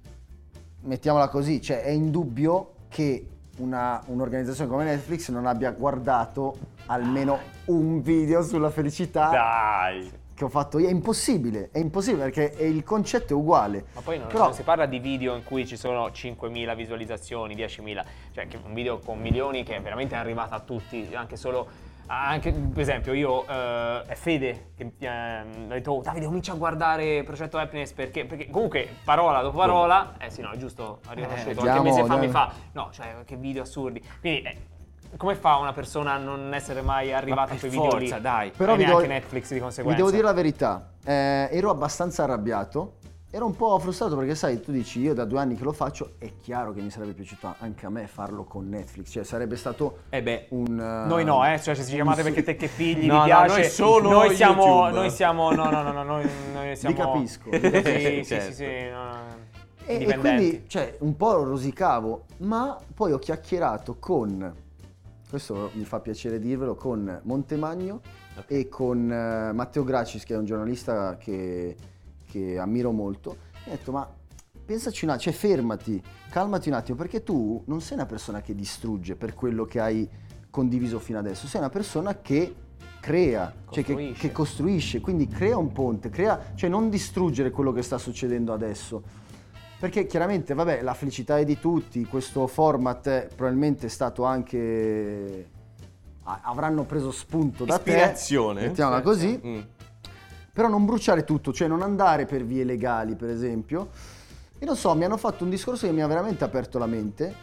mettiamola così, cioè è indubbio che un'organizzazione come Netflix non abbia guardato almeno un video sulla felicità Dai. che ho fatto io. È impossibile perché il concetto è uguale. Ma poi Però- non si parla di video in cui ci sono 5.000 visualizzazioni, 10.000, cioè che un video con milioni che è veramente arrivato a tutti, anche solo... Anche, per esempio, io è Fede che mi ha detto, oh, Davide, comincia a guardare Progetto Happiness perché comunque parola dopo parola, sì no, è giusto, ha riconosciuto, qualche mese fa mi fa, no, cioè che video assurdi. Quindi come fa una persona a non essere mai arrivata a quei video lì? dai. Però e vi neanche devo- Netflix di Vi conseguenza. devo dire la verità, ero abbastanza arrabbiato, ero un po' frustrato perché sai, tu dici io da 2 anni che lo faccio, è chiaro che mi sarebbe piaciuto anche a me farlo con Netflix, cioè sarebbe stato un... Noi no, cioè se ci chiamate perché te che pigli, No, no, vi piace. noi solo noi siamo, YouTube. noi siamo, no, noi siamo... Vi capisco. Sì, Certo. sì, no, E indipendenti. quindi, cioè, un po' rosicavo, ma poi ho chiacchierato con, questo mi fa piacere dirvelo, con Montemagno e con Matteo Gracis, che è un giornalista che ammiro molto. E ho detto, ma pensaci un attimo, cioè fermati, calmati un attimo, perché tu non sei una persona che distrugge per quello che hai condiviso fino adesso, sei una persona che crea, cioè Costruisce. che costruisce, quindi crea un ponte, cioè non distruggere quello che sta succedendo adesso. Perché chiaramente, vabbè, la felicità è di tutti, questo format probabilmente è stato anche... avranno preso spunto da te, Ispirazione. mettiamola così, Mm. però non bruciare tutto, cioè non andare per vie legali, per esempio. E non so, mi hanno fatto un discorso che mi ha veramente aperto la mente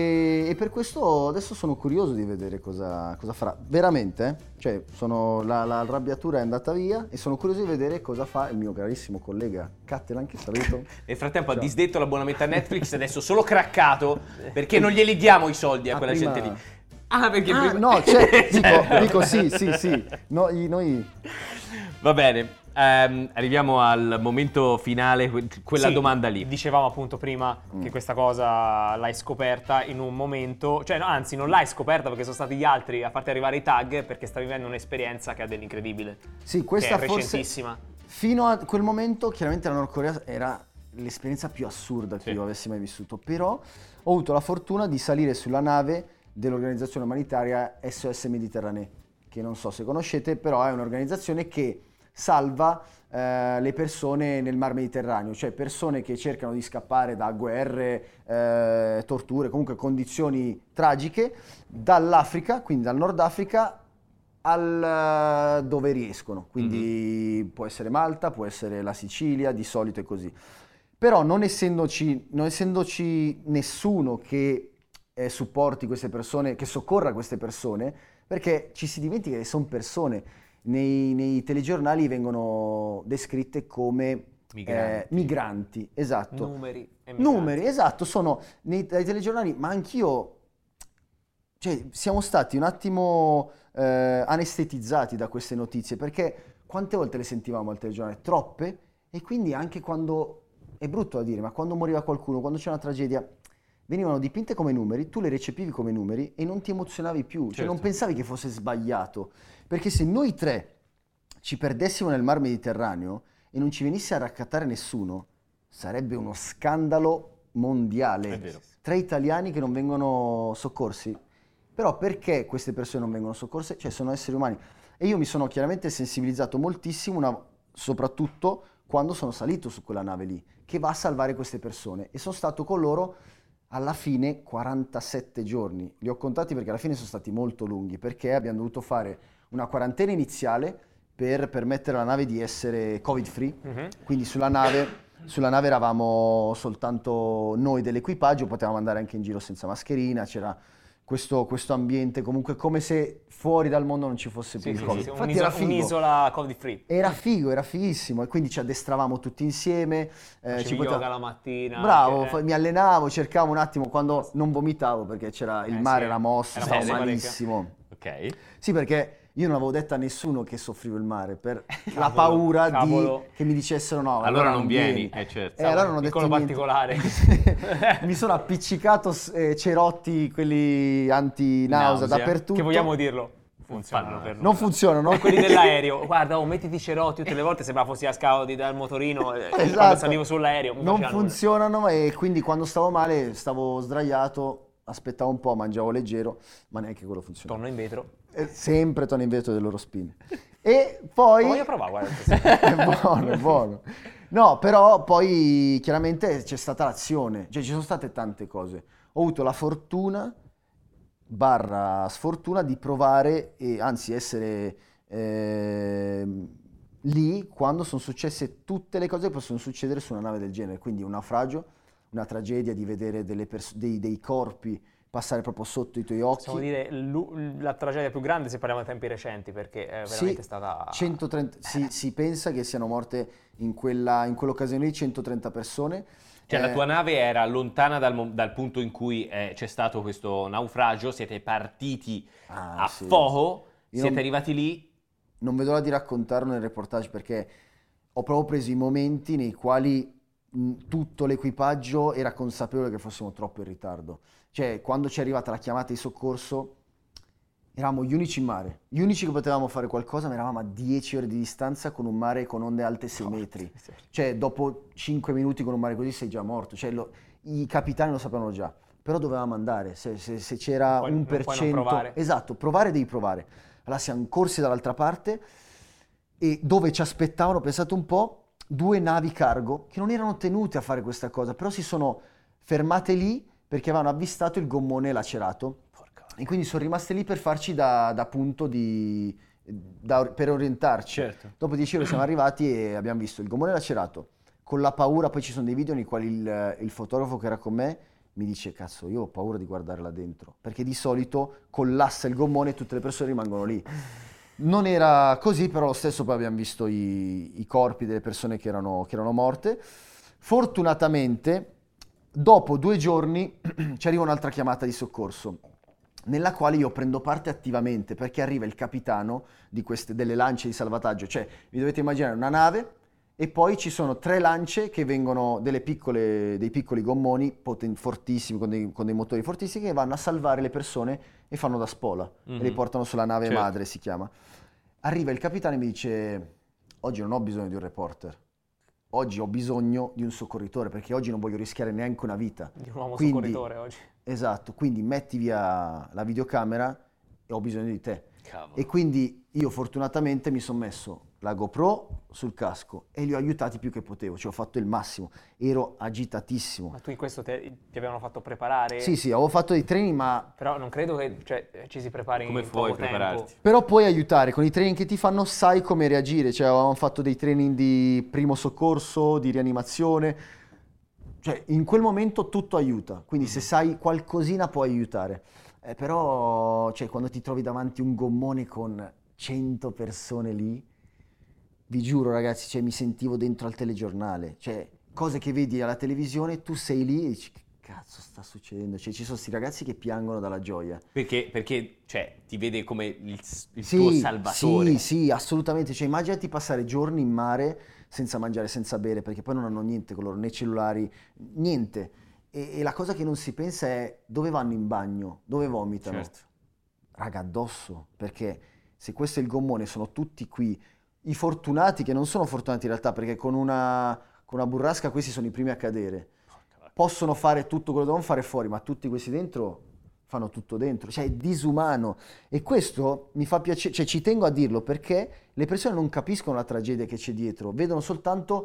e per questo adesso sono curioso di vedere cosa farà. Veramente, cioè la arrabbiatura è andata via e sono curioso di vedere cosa fa il mio carissimo collega Catalan, che saluto. Nel frattempo ha Ciao. disdetto l'abbonamento a Netflix, adesso solo craccato, perché non glieli diamo i soldi a quella prima- gente lì. Ah, perché Ah, prima... no, cioè, Certo. dico sì. Noi Va bene, arriviamo al momento finale, quella Sì, domanda lì. Dicevamo appunto prima che questa cosa l'hai scoperta in un momento, cioè no, anzi non l'hai scoperta perché sono stati gli altri a farti arrivare i tag, perché stavi vivendo un'esperienza che ha dell'incredibile. Sì, questa che è forse recentissima. fino a quel momento chiaramente la Nord Corea era l'esperienza più assurda che Sì. io avessi mai vissuto, però ho avuto la fortuna di salire sulla nave dell'organizzazione umanitaria SOS Mediterranee, che non so se conoscete, però è un'organizzazione che salva le persone nel Mar Mediterraneo, cioè persone che cercano di scappare da guerre, torture, comunque condizioni tragiche, dall'Africa, quindi dal Nord Africa, al dove riescono, quindi può essere Malta, può essere la Sicilia, di solito è così. Però non essendoci nessuno che supporti queste persone, che soccorra queste persone, perché ci si dimentica che sono persone. Nei telegiornali vengono descritte come migranti, esatto. Numeri e migranti. Numeri, esatto, sono dai telegiornali, ma anch'io, cioè, siamo stati un attimo anestetizzati da queste notizie, perché quante volte le sentivamo al telegiornale? Troppe, e quindi anche quando, è brutto da dire, ma quando moriva qualcuno, quando c'era una tragedia, venivano dipinte come numeri, tu le recepivi come numeri e non ti emozionavi più, cioè non pensavi che fosse sbagliato, perché se noi tre ci perdessimo nel Mar Mediterraneo e non ci venisse a raccattare nessuno, sarebbe uno scandalo mondiale. È vero. 3 italiani che non vengono soccorsi. Però perché queste persone non vengono soccorse? Cioè, sono esseri umani. E io mi sono chiaramente sensibilizzato moltissimo, soprattutto quando sono salito su quella nave lì, che va a salvare queste persone. E sono stato con loro alla fine 47 giorni. Li ho contati perché alla fine sono stati molto lunghi, perché abbiamo dovuto fare una quarantena iniziale per permettere alla nave di essere covid free. Quindi sulla nave eravamo soltanto noi dell'equipaggio, potevamo andare anche in giro senza mascherina, c'era questo ambiente comunque come se fuori dal mondo non ci fosse più il Covid. Infatti era figo. Un'isola covid free. Era figo, era fighissimo, e quindi ci addestravamo tutti insieme. Yoga la mattina. Bravo, mi allenavo, cercavo un attimo quando non vomitavo perché c'era il mare era mosso, stavo malissimo. Ok. Sì, perché io non avevo detto a nessuno che soffrivo il mare per la paura che mi dicessero no. Allora non vieni, certo. Allora non ho detto niente. Particolare. Mi sono appiccicato cerotti, quelli anti-nausea dappertutto. Che vogliamo dirlo? Funzionano per noi. Non funzionano. Quelli dell'aereo. Guarda, mettiti i cerotti tutte le volte, sembra fossi a scavo dal motorino. Esatto. Quando salivo sull'aereo. Non funzionano e quindi quando stavo male stavo sdraiato, aspettavo un po', mangiavo leggero, ma neanche quello funzionava. Torno in vetro. Sempre torno in vetro delle loro spine. E poi... Voglio provare, guarda. È buono, è buono. No, però poi chiaramente c'è stata l'azione, cioè ci sono state tante cose. Ho avuto la fortuna / sfortuna di provare e anzi essere lì quando sono successe tutte le cose che possono succedere su una nave del genere, quindi un naufragio, una tragedia di vedere dei corpi passare proprio sotto i tuoi occhi. Possiamo dire la tragedia più grande se parliamo di tempi recenti, perché è veramente stata... 130, si pensa che siano morte in quell'occasione lì 130 persone. Cioè la tua nave era lontana dal punto in cui c'è stato questo naufragio, siete partiti a Foho, siete arrivati lì. Non vedo l'ora di raccontarlo nel reportage perché ho proprio preso i momenti nei quali tutto l'equipaggio era consapevole che fossimo troppo in ritardo. Cioè, quando ci è arrivata la chiamata di soccorso, eravamo gli unici in mare, gli unici che potevamo fare qualcosa, ma eravamo a 10 ore di distanza con un mare con onde alte 6 metri. Cioè, dopo 5 minuti con un mare così sei già morto. Cioè, i capitani lo sapevano già, però dovevamo andare. Se c'era 1%... Esatto, devi provare. Allora siamo corsi dall'altra parte e dove ci aspettavano, pensate un po', 2 navi cargo che non erano tenute a fare questa cosa, però si sono fermate lì perché avevano avvistato il gommone lacerato e quindi sono rimaste lì per farci da punto per orientarci. Certo. Dopo 10 ore siamo arrivati e abbiamo visto il gommone lacerato, con la paura, poi ci sono dei video nei quali il fotografo che era con me mi dice cazzo io ho paura di guardare là dentro, perché di solito collassa il gommone e tutte le persone rimangono lì. Non era così, però lo stesso poi abbiamo visto i corpi delle persone che erano morte. Fortunatamente, dopo 2 giorni ci arriva un'altra chiamata di soccorso, nella quale io prendo parte attivamente, perché arriva il capitano delle lance di salvataggio. Cioè, vi dovete immaginare una nave e poi ci sono 3 lance che vengono dei piccoli gommoni fortissimi, con dei motori fortissimi, che vanno a salvare le persone e fanno da spola, e le portano sulla nave madre, si chiama. Arriva il capitano e mi dice, oggi non ho bisogno di un reporter, oggi ho bisogno di un soccorritore, perché oggi non voglio rischiare neanche una vita. Di un uomo soccorritore oggi. Esatto, quindi metti via la videocamera e ho bisogno di te. Cavolo. E quindi io fortunatamente mi sono messo la GoPro sul casco e li ho aiutati più che potevo, cioè ho fatto il massimo, ero agitatissimo. Ma tu in questo ti avevano fatto preparare? Sì, avevo fatto dei training, ma... Però non credo che ci si prepari come in puoi poco prepararti? tempo. Però puoi aiutare, con i training che ti fanno sai come reagire, cioè avevamo fatto dei training di primo soccorso, di rianimazione, cioè in quel momento tutto aiuta, quindi se sai qualcosina può aiutare. Però cioè, quando ti trovi davanti un gommone con 100 persone lì, vi giuro ragazzi, cioè, mi sentivo dentro al telegiornale, cioè cose che vedi alla televisione, tu sei lì e dici che cazzo sta succedendo, cioè ci sono sti ragazzi che piangono dalla gioia. Perché cioè, ti vede come il tuo salvatore. Sì, assolutamente, cioè immaginati passare giorni in mare senza mangiare, senza bere, perché poi non hanno niente con loro, né cellulari, niente. E la cosa che non si pensa è dove vanno in bagno, dove vomitano. Certo. Raga, addosso, perché se questo è il gommone, sono tutti qui. I fortunati, che non sono fortunati in realtà, perché con una burrasca questi sono i primi a cadere. Possono fare tutto quello che devono fare fuori, ma tutti questi dentro fanno tutto dentro. Cioè è disumano. E questo mi fa piacere, cioè ci tengo a dirlo, perché le persone non capiscono la tragedia che c'è dietro, vedono soltanto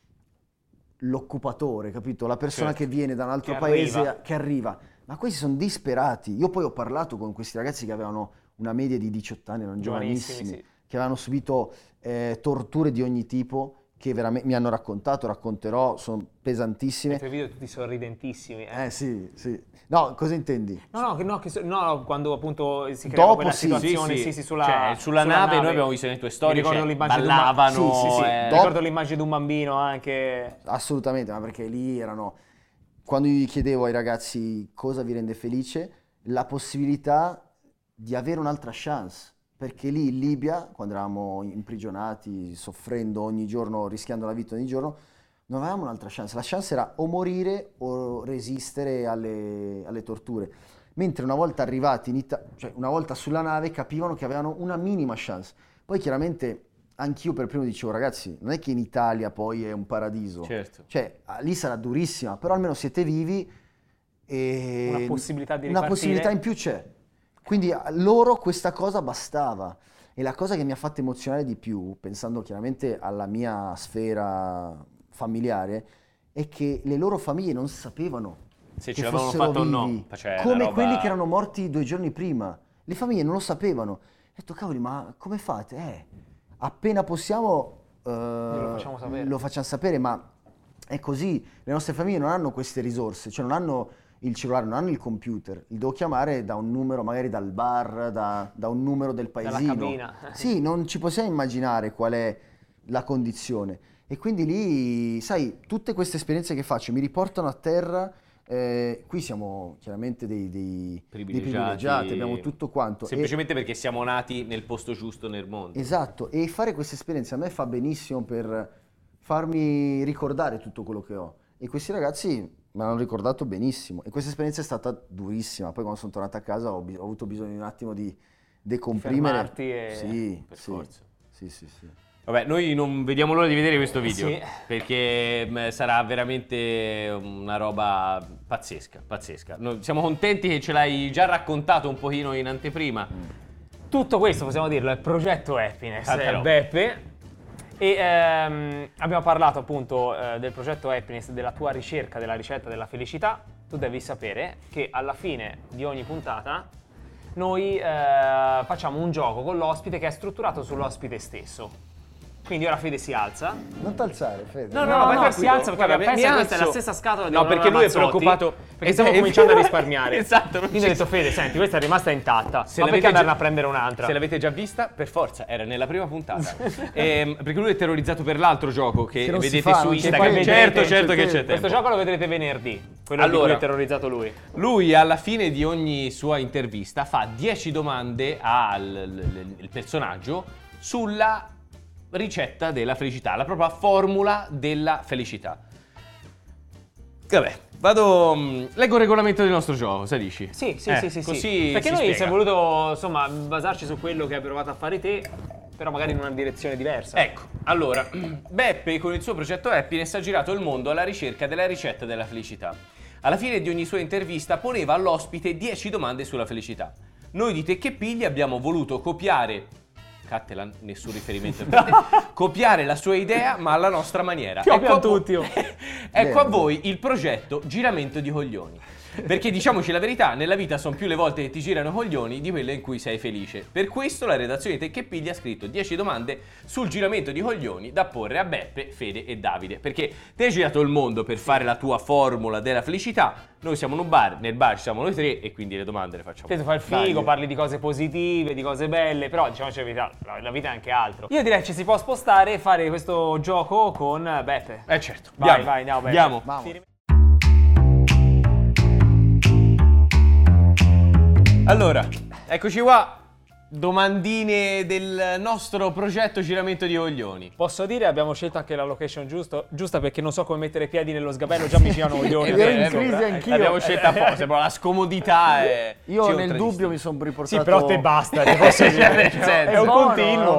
l'occupatore, capito? La persona che viene da un altro paese, che arriva. Ma questi sono disperati. Io poi ho parlato con questi ragazzi che avevano una media di 18 anni, erano giovanissimi, sì. che avevano subito torture di ogni tipo, che veramente mi hanno racconterò, sono pesantissime. I tuoi video tutti sorridentissimi. Sì. No, cosa intendi? No, quando appunto si creava quella situazione, sì, sulla nave noi abbiamo visto le tue storie, ballavano. Ricordo l'immagine di un bambino anche. Assolutamente, ma perché lì erano... Quando io gli chiedevo ai ragazzi cosa vi rende felice, la possibilità di avere un'altra chance. Perché lì in Libia, quando eravamo imprigionati, soffrendo ogni giorno, rischiando la vita ogni giorno, non avevamo un'altra chance. La chance era o morire o resistere alle torture. Mentre una volta arrivati in cioè una volta sulla nave, capivano che avevano una minima chance. Poi chiaramente anch'io per primo dicevo, ragazzi, non è che in Italia poi è un paradiso. Certo. Cioè lì sarà durissima, però almeno siete vivi e una possibilità di ripartire. Una possibilità in più c'è. Quindi a loro questa cosa bastava. E la cosa che mi ha fatto emozionare di più, pensando chiaramente alla mia sfera familiare, è che le loro famiglie non sapevano se che ce l'avevano fossero fatto vivi, o no. Cioè, come quelli che erano morti 2 giorni prima. Le famiglie non lo sapevano. Ho detto, cavoli, ma come fate? Appena possiamo lo facciamo sapere, ma è così. Le nostre famiglie non hanno queste risorse, cioè non hanno il cellulare, non hanno il computer, li devo chiamare da un numero magari dal bar, da un numero del paesino. Dalla cabina. Sì, non ci possiamo immaginare qual è la condizione. E quindi lì, sai, tutte queste esperienze che faccio mi riportano a terra. Qui siamo chiaramente dei privilegiati, abbiamo tutto quanto. Semplicemente perché siamo nati nel posto giusto nel mondo. Esatto, e fare queste esperienze a me fa benissimo per farmi ricordare tutto quello che ho. E questi ragazzi mi hanno ricordato benissimo. E questa esperienza è stata durissima. Poi quando sono tornato a casa ho avuto bisogno di un attimo di decomprimere. Fermarti per forza. Sì. Vabbè, noi non vediamo l'ora di vedere questo video, Sì. perché sarà veramente una roba pazzesca. Noi siamo contenti che ce l'hai già raccontato un pochino in anteprima. Tutto questo, possiamo dirlo, è il progetto Happiness, Beppe. E abbiamo parlato appunto del progetto Happiness, della tua ricerca della ricetta della felicità. Tu devi sapere che alla fine di ogni puntata noi facciamo un gioco con l'ospite che è strutturato sull'ospite stesso. Quindi ora Fede si alza. Non t'alzare, Fede. No, si alza perché Vabbè, pensa che mi questa è la alzo. stessa scatola di No, perché lui è preoccupato. Perché stiamo cominciando a risparmiare. Esatto. Quindi ho detto, Fede, senti, questa è rimasta intatta. Se Ma l'avete perché andarne già- a prendere un'altra? Se l'avete già vista, per forza, era nella prima puntata. Perché lui è terrorizzato per l'altro gioco che non si vedete fa, su non c'è Instagram. poi Certo vedrete, che c'è Questo tempo. gioco lo vedrete venerdì. Quello di cui è terrorizzato lui. Lui alla fine di ogni sua intervista fa 10 domande al personaggio sulla ricetta della felicità, la propria formula della felicità. Vabbè, leggo il regolamento del nostro gioco, sai dici? Sì. Così Perché si noi spiega. siamo voluto, insomma, basarci su quello che hai provato a fare te, però magari in una direzione diversa. Ecco, allora, Beppe con il suo progetto Happiness ha girato il mondo alla ricerca della ricetta della felicità. Alla fine di ogni sua intervista poneva all'ospite 10 domande sulla felicità. Noi di Te che Pigli abbiamo voluto copiare, Cattelan, nessun riferimento per te, copiare la sua idea ma alla nostra maniera. Copiano tutti. Ecco a voi il progetto Giramento di Coglioni. Perché diciamoci la verità, nella vita sono più le volte che ti girano i coglioni di quelle in cui sei felice. Per questo la redazione di Te che Pigli ha scritto 10 domande sul giramento di coglioni da porre a Beppe, Fede e Davide. Perché te hai girato il mondo per fare la tua formula della felicità. Noi siamo in un bar, nel bar ci siamo noi tre e quindi le domande le facciamo. Te tu fai il figo, parli di cose positive, di cose belle, però diciamoci la verità, la vita è anche altro. Io direi che ci si può spostare e fare questo gioco con Beppe. Certo. Vai, andiamo Beppe. Andiamo. Vamos. Allora, eccoci qua. Domandine del nostro progetto giramento di coglioni. Posso dire abbiamo scelto anche la location giusta perché non so come mettere i piedi nello sgabello, già mi girano coglioni. Ero in crisi anch'io. L'abbiamo scelta apposta, però la scomodità è... Io ci nel dubbio contraddistingue. mi sono riportato... Sì, però te basta, ti posso dire. È un buono, continuo.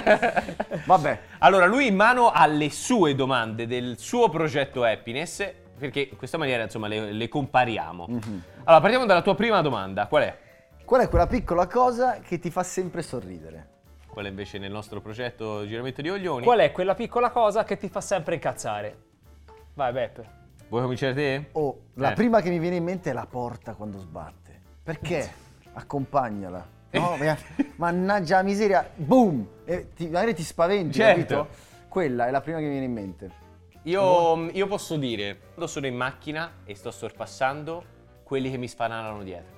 Vabbè. Allora, lui in mano ha le sue domande del suo progetto Happiness, perché in questa maniera, insomma, le compariamo. Allora, partiamo dalla tua prima domanda. Qual è? Qual è quella piccola cosa che ti fa sempre sorridere? Quella invece nel nostro progetto giramento di coglioni. Qual è quella piccola cosa che ti fa sempre incazzare? Vai Beppe. Vuoi cominciare te? La prima che mi viene in mente è la porta quando sbatte. Perché? Accompagnala. No, mannaggia la miseria, boom! E magari ti spaventi, Certo. capito? Quella è la prima che mi viene in mente. Io posso dire, quando sono in macchina e sto sorpassando, quelli che mi sfanalano dietro.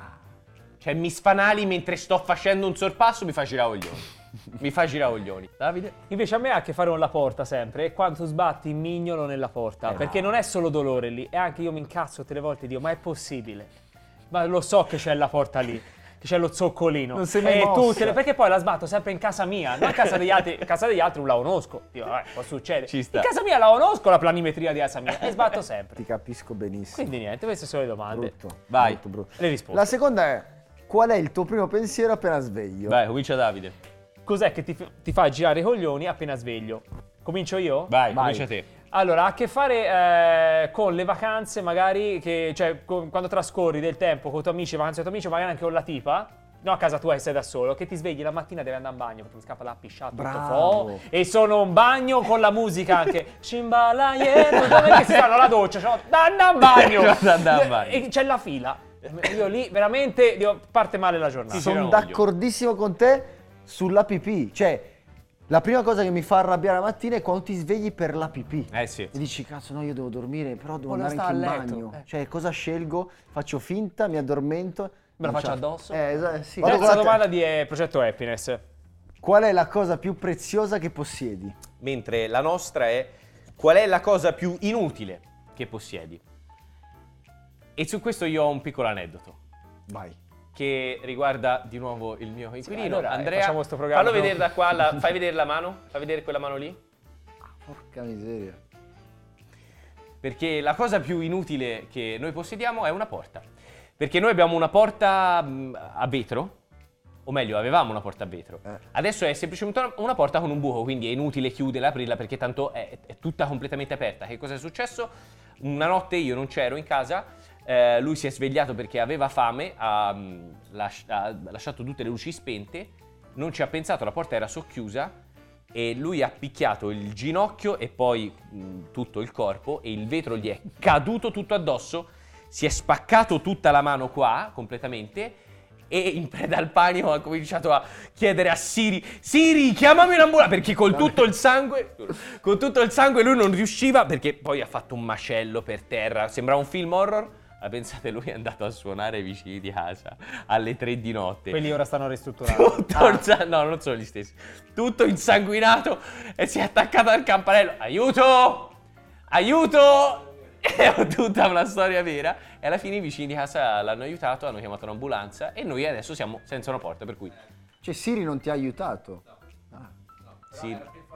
Cioè mi sfanali mentre sto facendo un sorpasso, mi fa girare coglioni. Mi fa girare coglioni. Davide? Invece a me ha a che fare con la porta sempre e quando sbatti mignolo nella porta. Perché non è solo dolore lì, è anche io mi incazzo tutte le volte e dico ma è possibile? Ma lo so che c'è la porta lì, che c'è lo zoccolino. Non sei mai e mossa. perché poi la sbatto sempre in casa mia, non a casa degli altri. A casa degli altri non la conosco. Dico, vabbè, può succedere. Ci sta. In casa mia la conosco la planimetria di casa mia e sbatto sempre. Ti capisco benissimo. Quindi niente, queste sono le domande. Brutto. Vai. Brutto, brutto. Le risposte. La seconda è: qual è il tuo primo pensiero appena sveglio? Vai, comincia Davide. Cos'è che ti fa girare i coglioni appena sveglio? Comincio io? Vai, comincia te. Allora, ha a che fare con le vacanze, magari, quando trascorri del tempo con i tuoi amici, vacanze con i tuoi amici, magari anche con la tipa, no a casa tua e sei da solo, che ti svegli la mattina e devi andare in bagno perché mi scappa la pisciata, tutto Bravo. e sono in bagno con la musica anche. Cimbala, che si fanno la doccia, andare in bagno. Andare in bagno. E c'è la fila. Io lì veramente parte male la giornata. Sono d'accordissimo con te sulla pipì. Cioè, la prima cosa che mi fa arrabbiare la mattina è quando ti svegli per la pipì. Sì. E dici, cazzo, no, io devo dormire, però devo Volevo andare anche in stare a letto. bagno. Cioè, cosa scelgo? Faccio finta, mi addormento. Me la non faccio c'è- addosso? Sì. Terza Vado con la domanda di Progetto Happiness. Qual è la cosa più preziosa che possiedi? Mentre la nostra è: qual è la cosa più inutile che possiedi? E su questo io ho un piccolo aneddoto Vai. che riguarda di nuovo il mio inquilino. allora, Andrea, facciamo sto programma, fallo no? vedere da qua, fai vedere la mano, fai vedere quella mano lì. Porca miseria. Perché la cosa più inutile che noi possediamo è una porta. Perché noi abbiamo una porta a vetro, o meglio, avevamo una porta a vetro. Adesso è semplicemente una porta con un buco, quindi è inutile chiuderla, aprirla, perché tanto è tutta completamente aperta. Che cosa è successo? Una notte io non c'ero in casa, lui si è svegliato perché aveva fame, ha lasciato tutte le luci spente, non ci ha pensato, la porta era socchiusa, e lui ha picchiato il ginocchio e poi tutto il corpo e il vetro gli è caduto tutto addosso, si è spaccato tutta la mano qua completamente e in preda al panico ha cominciato a chiedere a Siri, chiamami un'ambulanza, perché con tutto il sangue lui non riusciva, perché poi ha fatto un macello per terra, sembrava un film horror. Ma pensate, lui è andato a suonare ai vicini di casa alle 3 di notte. Quelli ora stanno ristrutturando. No, non sono gli stessi. Tutto insanguinato e si è attaccato al campanello. Aiuto! Aiuto! È tutta una storia vera. E alla fine i vicini di casa l'hanno aiutato, hanno chiamato un'ambulanza e noi adesso siamo senza una porta, per cui... Cioè, Siri non ti ha aiutato. Sì.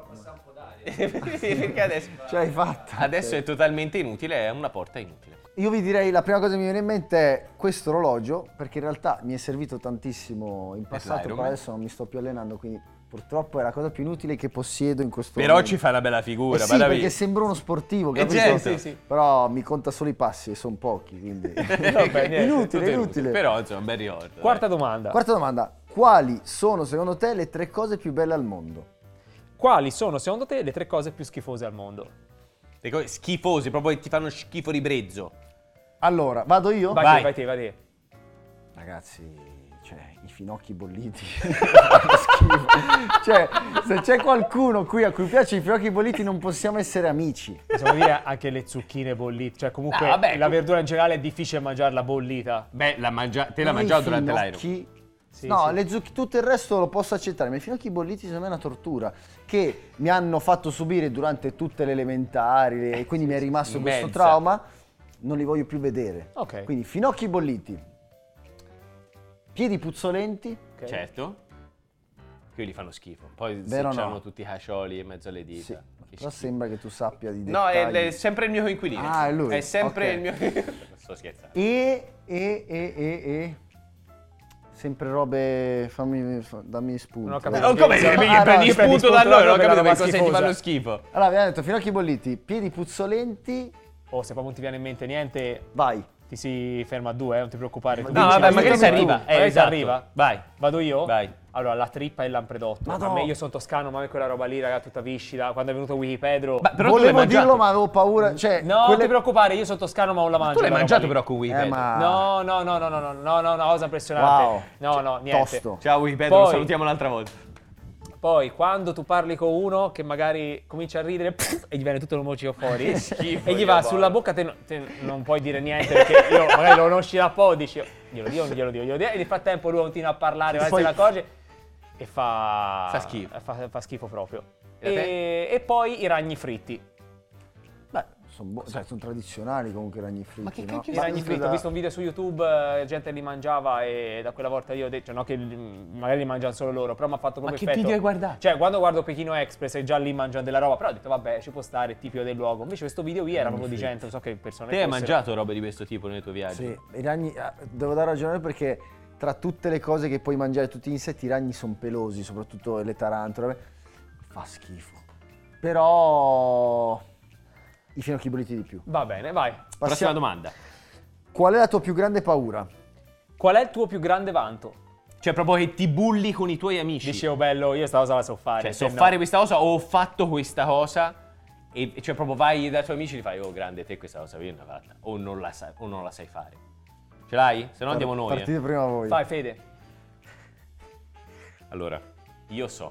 Perché adesso... Ce l'hai fatta. Adesso è totalmente inutile, è una porta inutile. Io vi direi, la prima cosa che mi viene in mente è questo orologio, perché in realtà mi è servito tantissimo in passato, l'Ironman. però adesso non mi sto più allenando, quindi purtroppo è la cosa più inutile che possiedo in questo Però momento. ci fa una bella figura, Sì, vada perché via. sembro uno sportivo, capito? certo. Sì. Però mi conta solo i passi e sono pochi, quindi... Vabbè, niente, inutile, inutile. Però insomma, un bel ricordo. Quarta domanda. Quarta domanda. Quali sono secondo te le 3 cose più belle al mondo? Quali sono secondo te le 3 cose più schifose al mondo? Le cose schifose, proprio che ti fanno schifo ribrezzo. Allora, vado io? Vai te. Ragazzi, cioè, i finocchi bolliti. Schifo. Cioè, se c'è qualcuno qui a cui piace i finocchi bolliti non possiamo essere amici. Possiamo dire anche le zucchine bollite, cioè comunque la verdura in generale è difficile mangiarla bollita. Beh, te l'hai mangiato durante l'aereo. Sì, le zucchine, tutto il resto lo posso accettare, ma i finocchi bolliti secondo me è una tortura che mi hanno fatto subire durante tutte le elementari e quindi mi è rimasto questo trauma, non li voglio più vedere. Ok. Quindi finocchi bolliti, piedi puzzolenti. Okay. Certo. Quelli fanno schifo. Poi Vero c'hanno no? tutti i cascioli in mezzo alle dita. Sì. Che Però schifo. sembra che tu sappia di No, dettagli. è sempre il mio coinquilino. Ah, è lui. È sempre Ok. il mio... Sto scherzando. E sempre robe, dammi spunto. Non ho capito. Non come prendi spunto da loro, non ho capito che cosa ti fanno schifo. Allora, abbiamo detto finocchi bolliti, piedi puzzolenti, Oh, se proprio non ti viene in mente niente, vai. ti si ferma a 2, non ti preoccupare. Tu No, dici, vabbè, magari si tu. arriva. Magari si Esatto. arriva. Vai. Vado io? Vai. Allora, la trippa e il lampredotto. Madò. A me, io sono toscano, ma a me quella roba lì, raga, tutta viscida. Quando è venuto Wikipedro... Però tu l'hai Volevo mangiato. dirlo, ma avevo paura. Cioè, No, non ti preoccupare, io sono toscano, ma non la mangio. Tu l'hai quella mangiato roba però con Wikipedia. ma... lì. No, una cosa impressionante. Wow. No, niente. Tosto. Ciao Wikipedia, lo Poi- salutiamo un'altra volta. Poi, quando tu parli con uno che magari comincia a ridere e gli viene tutto il moccio fuori schifo, e gli io va voglio. sulla bocca, te non puoi dire niente perché io magari lo conosci da po', dici glielo dico, e nel frattempo lui continua a parlare, E se ne poi- accorge e fa schifo. fa schifo proprio. E E poi i ragni fritti. Beh, sono tradizionali comunque i ragni fritti, Ma che no? cacchio I ragni fritti, ho visto un video su YouTube, gente li mangiava e da quella volta io ho detto, no che magari li mangiano solo loro, però mi ha fatto proprio che effetto. video hai guardato? Cioè, quando guardo Pechino Express e già lì mangiano della roba, però ho detto vabbè, ci può stare, è tipico del luogo. Invece questo video qui era proprio di gente, non so che persone Te hai fossero. mangiato robe di questo tipo nei tuoi viaggi? Sì, i ragni, devo dare ragione perché tra tutte le cose che puoi mangiare, tutti gli insetti, i ragni sono pelosi, soprattutto le tarantole. Fa schifo. Però i finocchi bolliti di più. Va bene, vai. Prossima domanda. Qual è la tua più grande paura? Qual è il tuo più grande vanto? Cioè proprio che ti bulli con i tuoi amici. Dicevo bello, io sta cosa la so fare. Cioè, se so no- fare questa cosa o ho fatto questa cosa e cioè proprio vai dai tuoi amici e gli fai, oh grande, te questa cosa io non l'ho fatta o non la sai fare. Ce l'hai? Se no andiamo noi. Partite prima voi. Vai Fede. Allora, io so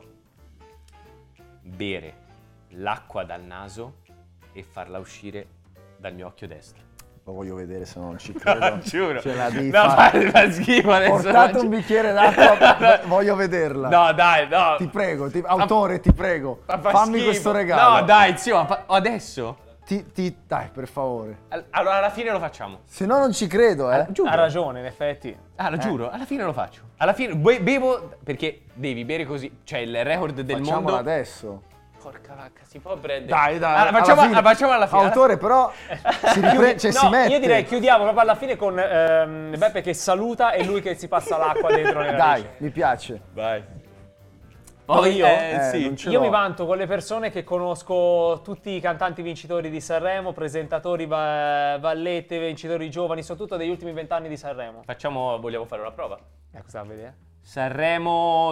bere l'acqua dal naso e farla uscire dal mio occhio destro. Lo voglio vedere se no non ci credo. Giuro. Ce la devi No, fare. fa schifo adesso. Portate un bicchiere d'acqua, voglio vederla. No, dai, no. Ti prego, autore, ti prego. Fa Fammi schifo. questo regalo. No, dai, zio, ma adesso? Dai, per favore. Allora alla fine lo facciamo. Se no non ci credo, Giuro. Ha ragione, in effetti. Ah, lo giuro, alla fine lo faccio. Alla fine bevo perché devi bere così. Cioè il record del Facciamola mondo. adesso. Porca vacca, si può prendere. Dai, Allora, alla facciamo alla fine. Autore, però si No, si mette. io direi chiudiamo proprio alla fine con Beppe che saluta e lui che si passa l'acqua dentro le narici. Dai, mi piace. Vai. Poi io? Sì. non ce Io l'ho. mi vanto con le persone che conosco, tutti i cantanti vincitori di Sanremo, presentatori, vallette, vincitori giovani, soprattutto degli ultimi 20 anni di Sanremo. Vogliamo fare una prova? Ecco, sta a vedere. Sanremo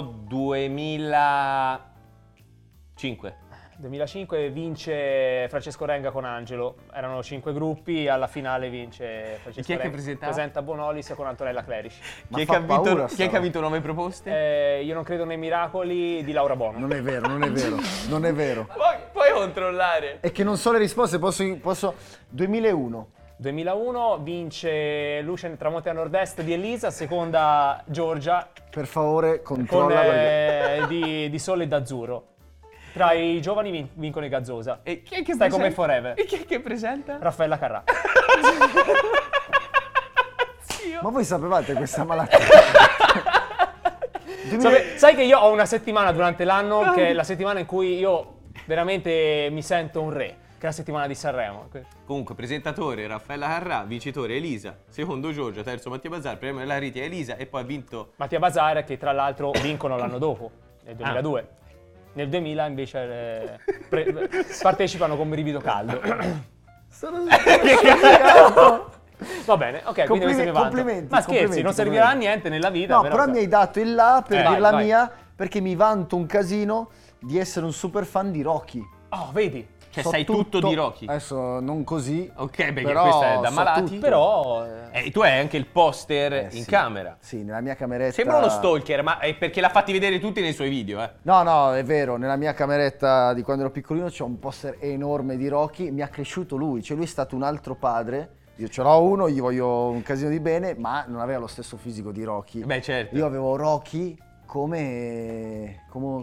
2005. 2005 vince Francesco Renga con Angelo, erano 5 gruppi, alla finale vince Francesco Chi è che Renga. presentava? Presenta Bonolis con Antonella Clerici. Ma Chi è fa che ha vinto, paura chi è sta che ha roba. vinto 9 proposte? Io non credo nei miracoli di Laura Bono. Non è vero, non è vero, non è vero. Puoi controllare. È che non so le risposte, posso 2001. 2001 vince Luce nel tramonto a nord-est di Elisa, seconda Giorgia Per favore, con controlla perché... di Sole e d'Azzurro. Tra i giovani vincono i Gazzosa. E chi è che Stai presenta? come Forever. E chi è che presenta? Raffaella Carrà. Ma voi sapevate questa malattia? Sai che io ho una settimana durante l'anno che è la settimana in cui io veramente mi sento un re, che è la settimana di Sanremo. Comunque, presentatore Raffaella Carrà, vincitore Elisa, secondo Giorgia, terzo Mattia Bazzar, premio della Riti a Elisa e poi ha vinto... Mattia Bazar che tra l'altro vincono l'anno dopo, nel 2002. Nel 2000 invece partecipano con brivido caldo. Va bene, ok, quindi questo mi vanto. Complimenti, Ma scherzi, complimenti, non servirà a niente nella vita. No, però mi hai dato il là per dire la vai. mia, perché mi vanto un casino di essere un super fan di Rocky. Oh, vedi? Cioè So sai tutto di Rocky? Adesso non così. Ok, perché però questo è da so malati. tutto. Però Tu hai anche il poster in Sì. camera. Sì, nella mia cameretta. Sembra uno stalker, ma è perché l'ha fatti vedere tutti nei suoi video, No, è vero, nella mia cameretta di quando ero piccolino c'è un poster enorme di Rocky, mi ha cresciuto lui, cioè lui è stato un altro padre, io ce l'ho uno, gli voglio un casino di bene, ma non aveva lo stesso fisico di Rocky. Beh, certo. Io avevo Rocky come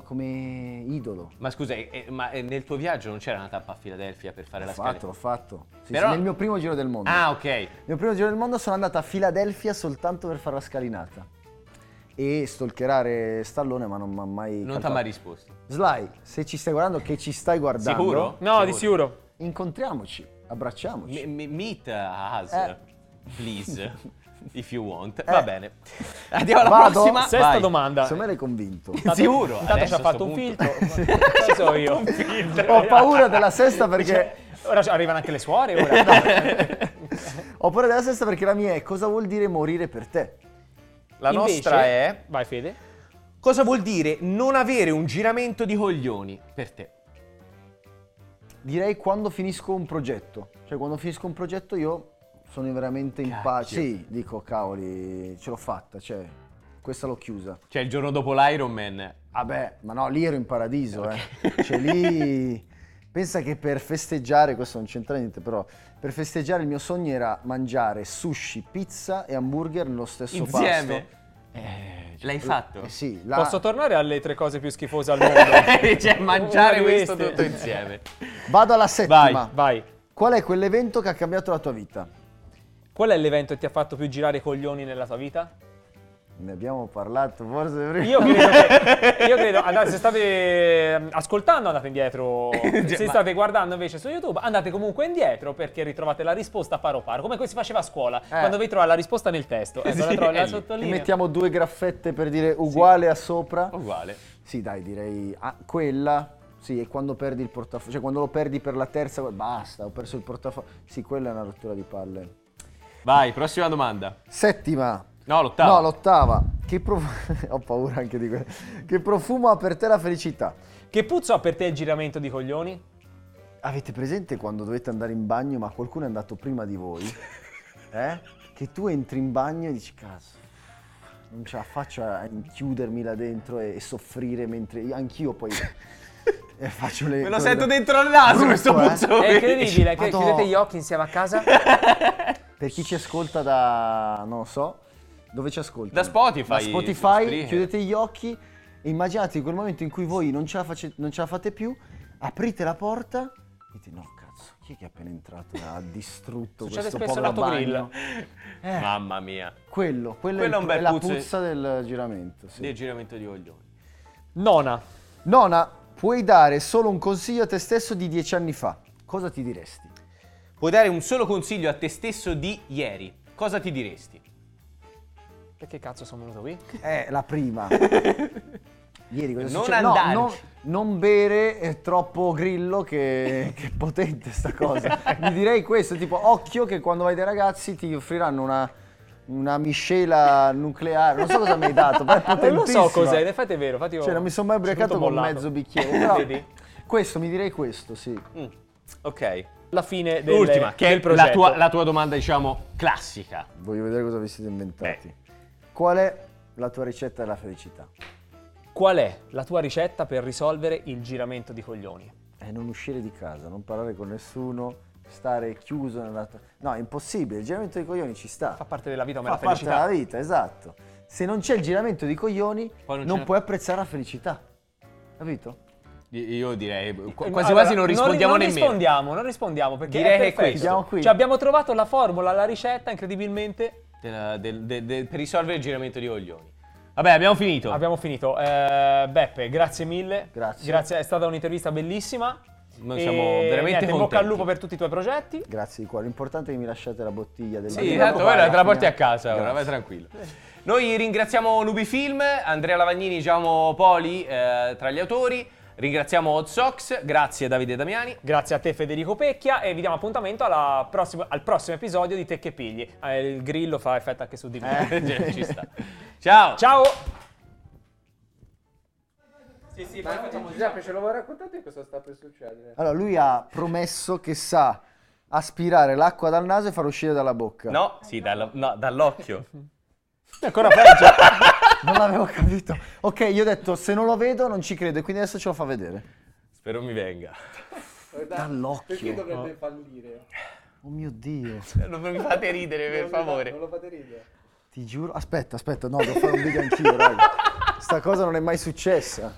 idolo. Ma scusa, ma nel tuo viaggio non c'era una tappa a Filadelfia per fare la scaletta? L'ho fatto. Sì, Però- sì, nel mio primo giro del mondo. Ah, ok. Nel mio primo giro del mondo sono andato a Filadelfia soltanto per fare la scalinata. E stalkerare Stallone, ma non mi ha mai... Non ti ha cantato. mai risposto. Sly, se ci stai guardando, che ci stai guardando... Sicuro? no, di sicuro. Incontriamoci, abbracciamoci. Meet us, please, if you want. Eh. Va bene. Andiamo alla Vado? prossima. Sesta Vai. domanda. Secondo me l'hai convinto. Sicuro? Intanto Adesso ci ha a fatto sto un punto. filtro. Che so io. Ho paura della sesta perché... Ora arrivano anche le suore, ora. Ho paura della sesta perché la mia è cosa vuol dire morire per te? La Invece- nostra è... Vai Fede. Cosa vuol dire non avere un giramento di coglioni per te? Direi quando finisco un progetto. Cioè quando finisco un progetto io sono veramente in pace. Sì, dico cavoli, ce l'ho fatta, cioè questa l'ho chiusa. Cioè il giorno dopo l'Iron Man. Vabbè, ma no, lì ero in paradiso, Cioè lì... Pensa che per festeggiare, questo non c'entra niente, però per festeggiare il mio sogno era mangiare sushi, pizza e hamburger nello stesso Insieme? pasto. L'hai fatto? Sì, Posso tornare alle 3 cose più schifose al mondo? Cioè mangiare Una di questo queste. tutto insieme. Vado alla settima. Vai. Qual è quell'evento che ha cambiato la tua vita? Qual è l'evento che ti ha fatto più girare i coglioni nella tua vita? Ne abbiamo parlato forse prima. Io credo, andate, se state ascoltando andate indietro, se state guardando invece su YouTube andate comunque indietro perché ritrovate la risposta paro paro, come si faceva a scuola, quando vi trovate la risposta nel testo, ecco, la trovi, la E sottolineo. mettiamo 2 graffette per dire uguale a sopra. Uguale. Sì, dai, direi quella. Sì, e quando perdi il portafoglio, cioè quando lo perdi per la terza, basta, ho perso il portafoglio. Sì, quella è una rottura di palle. Vai, prossima domanda. Settima. No, l'ottava. No, l'ottava. Ho paura anche di quello. Che profumo ha per te la felicità? Che puzzo ha per te il giramento di coglioni? Avete presente quando dovete andare in bagno ma qualcuno è andato prima di voi? Che tu entri in bagno e dici cazzo, non ce la faccio a chiudermi là dentro e soffrire mentre anch'io poi faccio le... Me lo sento dentro il naso questo Brutto, puzzo. È incredibile, che Madò. chiudete gli occhi insieme a casa. Per chi ci ascolta da, non lo so, dove ci ascolta? Da Spotify, Da su Spotify, Spreaker. chiudete gli occhi e immaginate in quel momento in cui voi non ce la fate più, aprite la porta e dite no cazzo, chi è che è appena entrato e ha distrutto Succede questo spesso povero all'autogrill. bagno? Mamma mia. Quello Quello è un bel è la puzzo. puzza del giramento. Sì. Del giramento di coglioni. Nona. Nona, puoi dare solo un consiglio a te stesso di 10 anni fa. Cosa ti diresti? Puoi dare un solo consiglio a te stesso di ieri. Cosa ti diresti? Perché cazzo sono venuto qui? La prima. Ieri cosa è Non successo? andarci. Non bere è troppo grillo che è potente sta cosa. Mi direi questo, tipo occhio che quando vai dai ragazzi ti offriranno una miscela nucleare. Non so cosa mi hai dato, però è Non lo potentissima. so cos'è, in effetti è vero. Infatti io Cioè non mi sono mai ubriacato sono con mollato. mezzo bicchiere. Però Vedi? questo, mi direi questo, sì. Ok. La fine del, L'ultima, che del è progetto. la tua domanda, diciamo, classica. Voglio vedere cosa vi siete inventati. Qual è la tua ricetta della felicità? Qual è la tua ricetta per risolvere il giramento di coglioni? Non uscire di casa, non parlare con nessuno, stare chiuso nella... No, è impossibile, il giramento dei coglioni ci sta. Fa parte della vita come Fa la parte felicità. della vita, esatto. Se non c'è il giramento di coglioni, Poi non c'è- puoi apprezzare la felicità. Capito? Io direi, quasi Allora, quasi non rispondiamo nemmeno. Non rispondiamo perché Direi è che è perfetto. questo. Chiudiamo qui. Cioè abbiamo trovato la formula, la ricetta, incredibilmente. Per risolvere il giramento di coglioni. Vabbè, abbiamo finito. Abbiamo finito. Beppe, grazie mille. Grazie. È stata un'intervista bellissima. Noi siamo veramente niente, in bocca contenti. al lupo per tutti i tuoi progetti. Grazie di cuore. L'importante è che mi lasciate la bottiglia del Sì, vino. esatto, ora te la porti a casa, ora, Grazie. vai tranquillo. Noi ringraziamo Nubifilm, Andrea Lavagnini, Giacomo Poli tra gli autori. Ringraziamo Hot Sox, grazie Davide Damiani. Grazie a te Federico Pecchia e vi diamo appuntamento al prossimo episodio di Te che pigli. Il grillo fa effetto anche su di me. Ci sta. Ciao. Ciao! Sì, poi facciamo Giuseppe, ce lo vuoi raccontare cosa sta per succedere? Allora, lui ha promesso che sa aspirare l'acqua dal naso e far uscire dalla bocca. No, sì, dall'occhio. È ancora peggio. Non l'avevo capito. Ok, io ho detto, se non lo vedo non ci credo e quindi adesso ce lo fa vedere. Spero mi venga. Dall'occhio. Perché dovrebbe fallire? Oh mio Dio. Non mi fate ridere, per favore. Non lo fate ridere. Ti giuro. Aspetta, no, devo fare un video anch'io, raga. Sta cosa non è mai successa.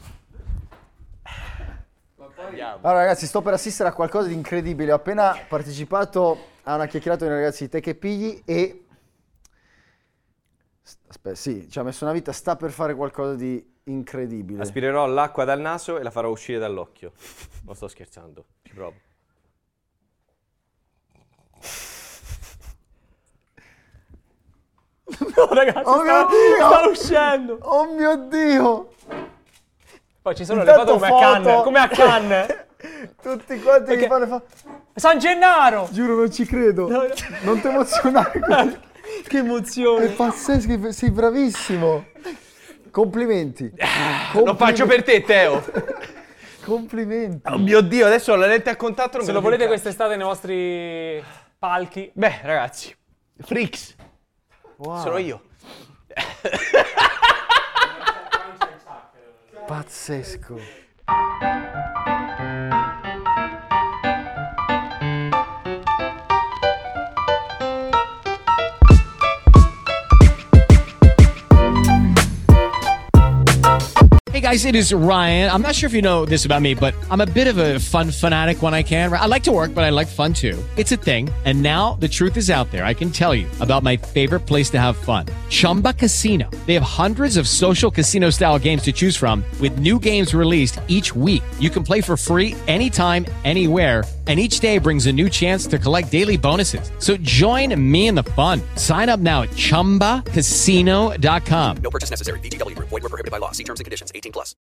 Allora ragazzi, sto per assistere a qualcosa di incredibile. Ho appena partecipato a una chiacchierata con i ragazzi di Te che pigli e... Aspetta, sì, ci ha messo una vita, sta per fare qualcosa di incredibile. Aspirerò l'acqua dal naso e la farò uscire dall'occhio. Non sto scherzando, ci provo. No, ragazzi, Oh mio Dio! sta uscendo. Oh mio Dio! Poi ci sono Intanto le foto come a foto. Cannes. Come a Cannes. Tutti quanti Perché- che fanno fa... San Gennaro. Giuro, non ci credo. Non ti emozionare così. Che emozione. È pazzesco, sei bravissimo. Complimenti. Lo faccio per te, Teo. Complimenti. Oh mio Dio, adesso ho la lente a contatto. non Se me lo la volete dico. quest'estate nei vostri palchi. Beh, ragazzi, Freaks, Wow. sono io. Pazzesco. Hey guys, it is Ryan. I'm not sure if you know this about me, but I'm a bit of a fun fanatic when I can. I like to work, but I like fun too. It's a thing. And now the truth is out there. I can tell you about my favorite place to have fun. Chumba Casino. They have hundreds of social casino style games to choose from with new games released each week. You can play for free anytime, anywhere. And each day brings a new chance to collect daily bonuses. So join me in the fun. Sign up now at ChumbaCasino.com. No purchase necessary. VGW Group. Void where prohibited by law. See terms and conditions. 18+.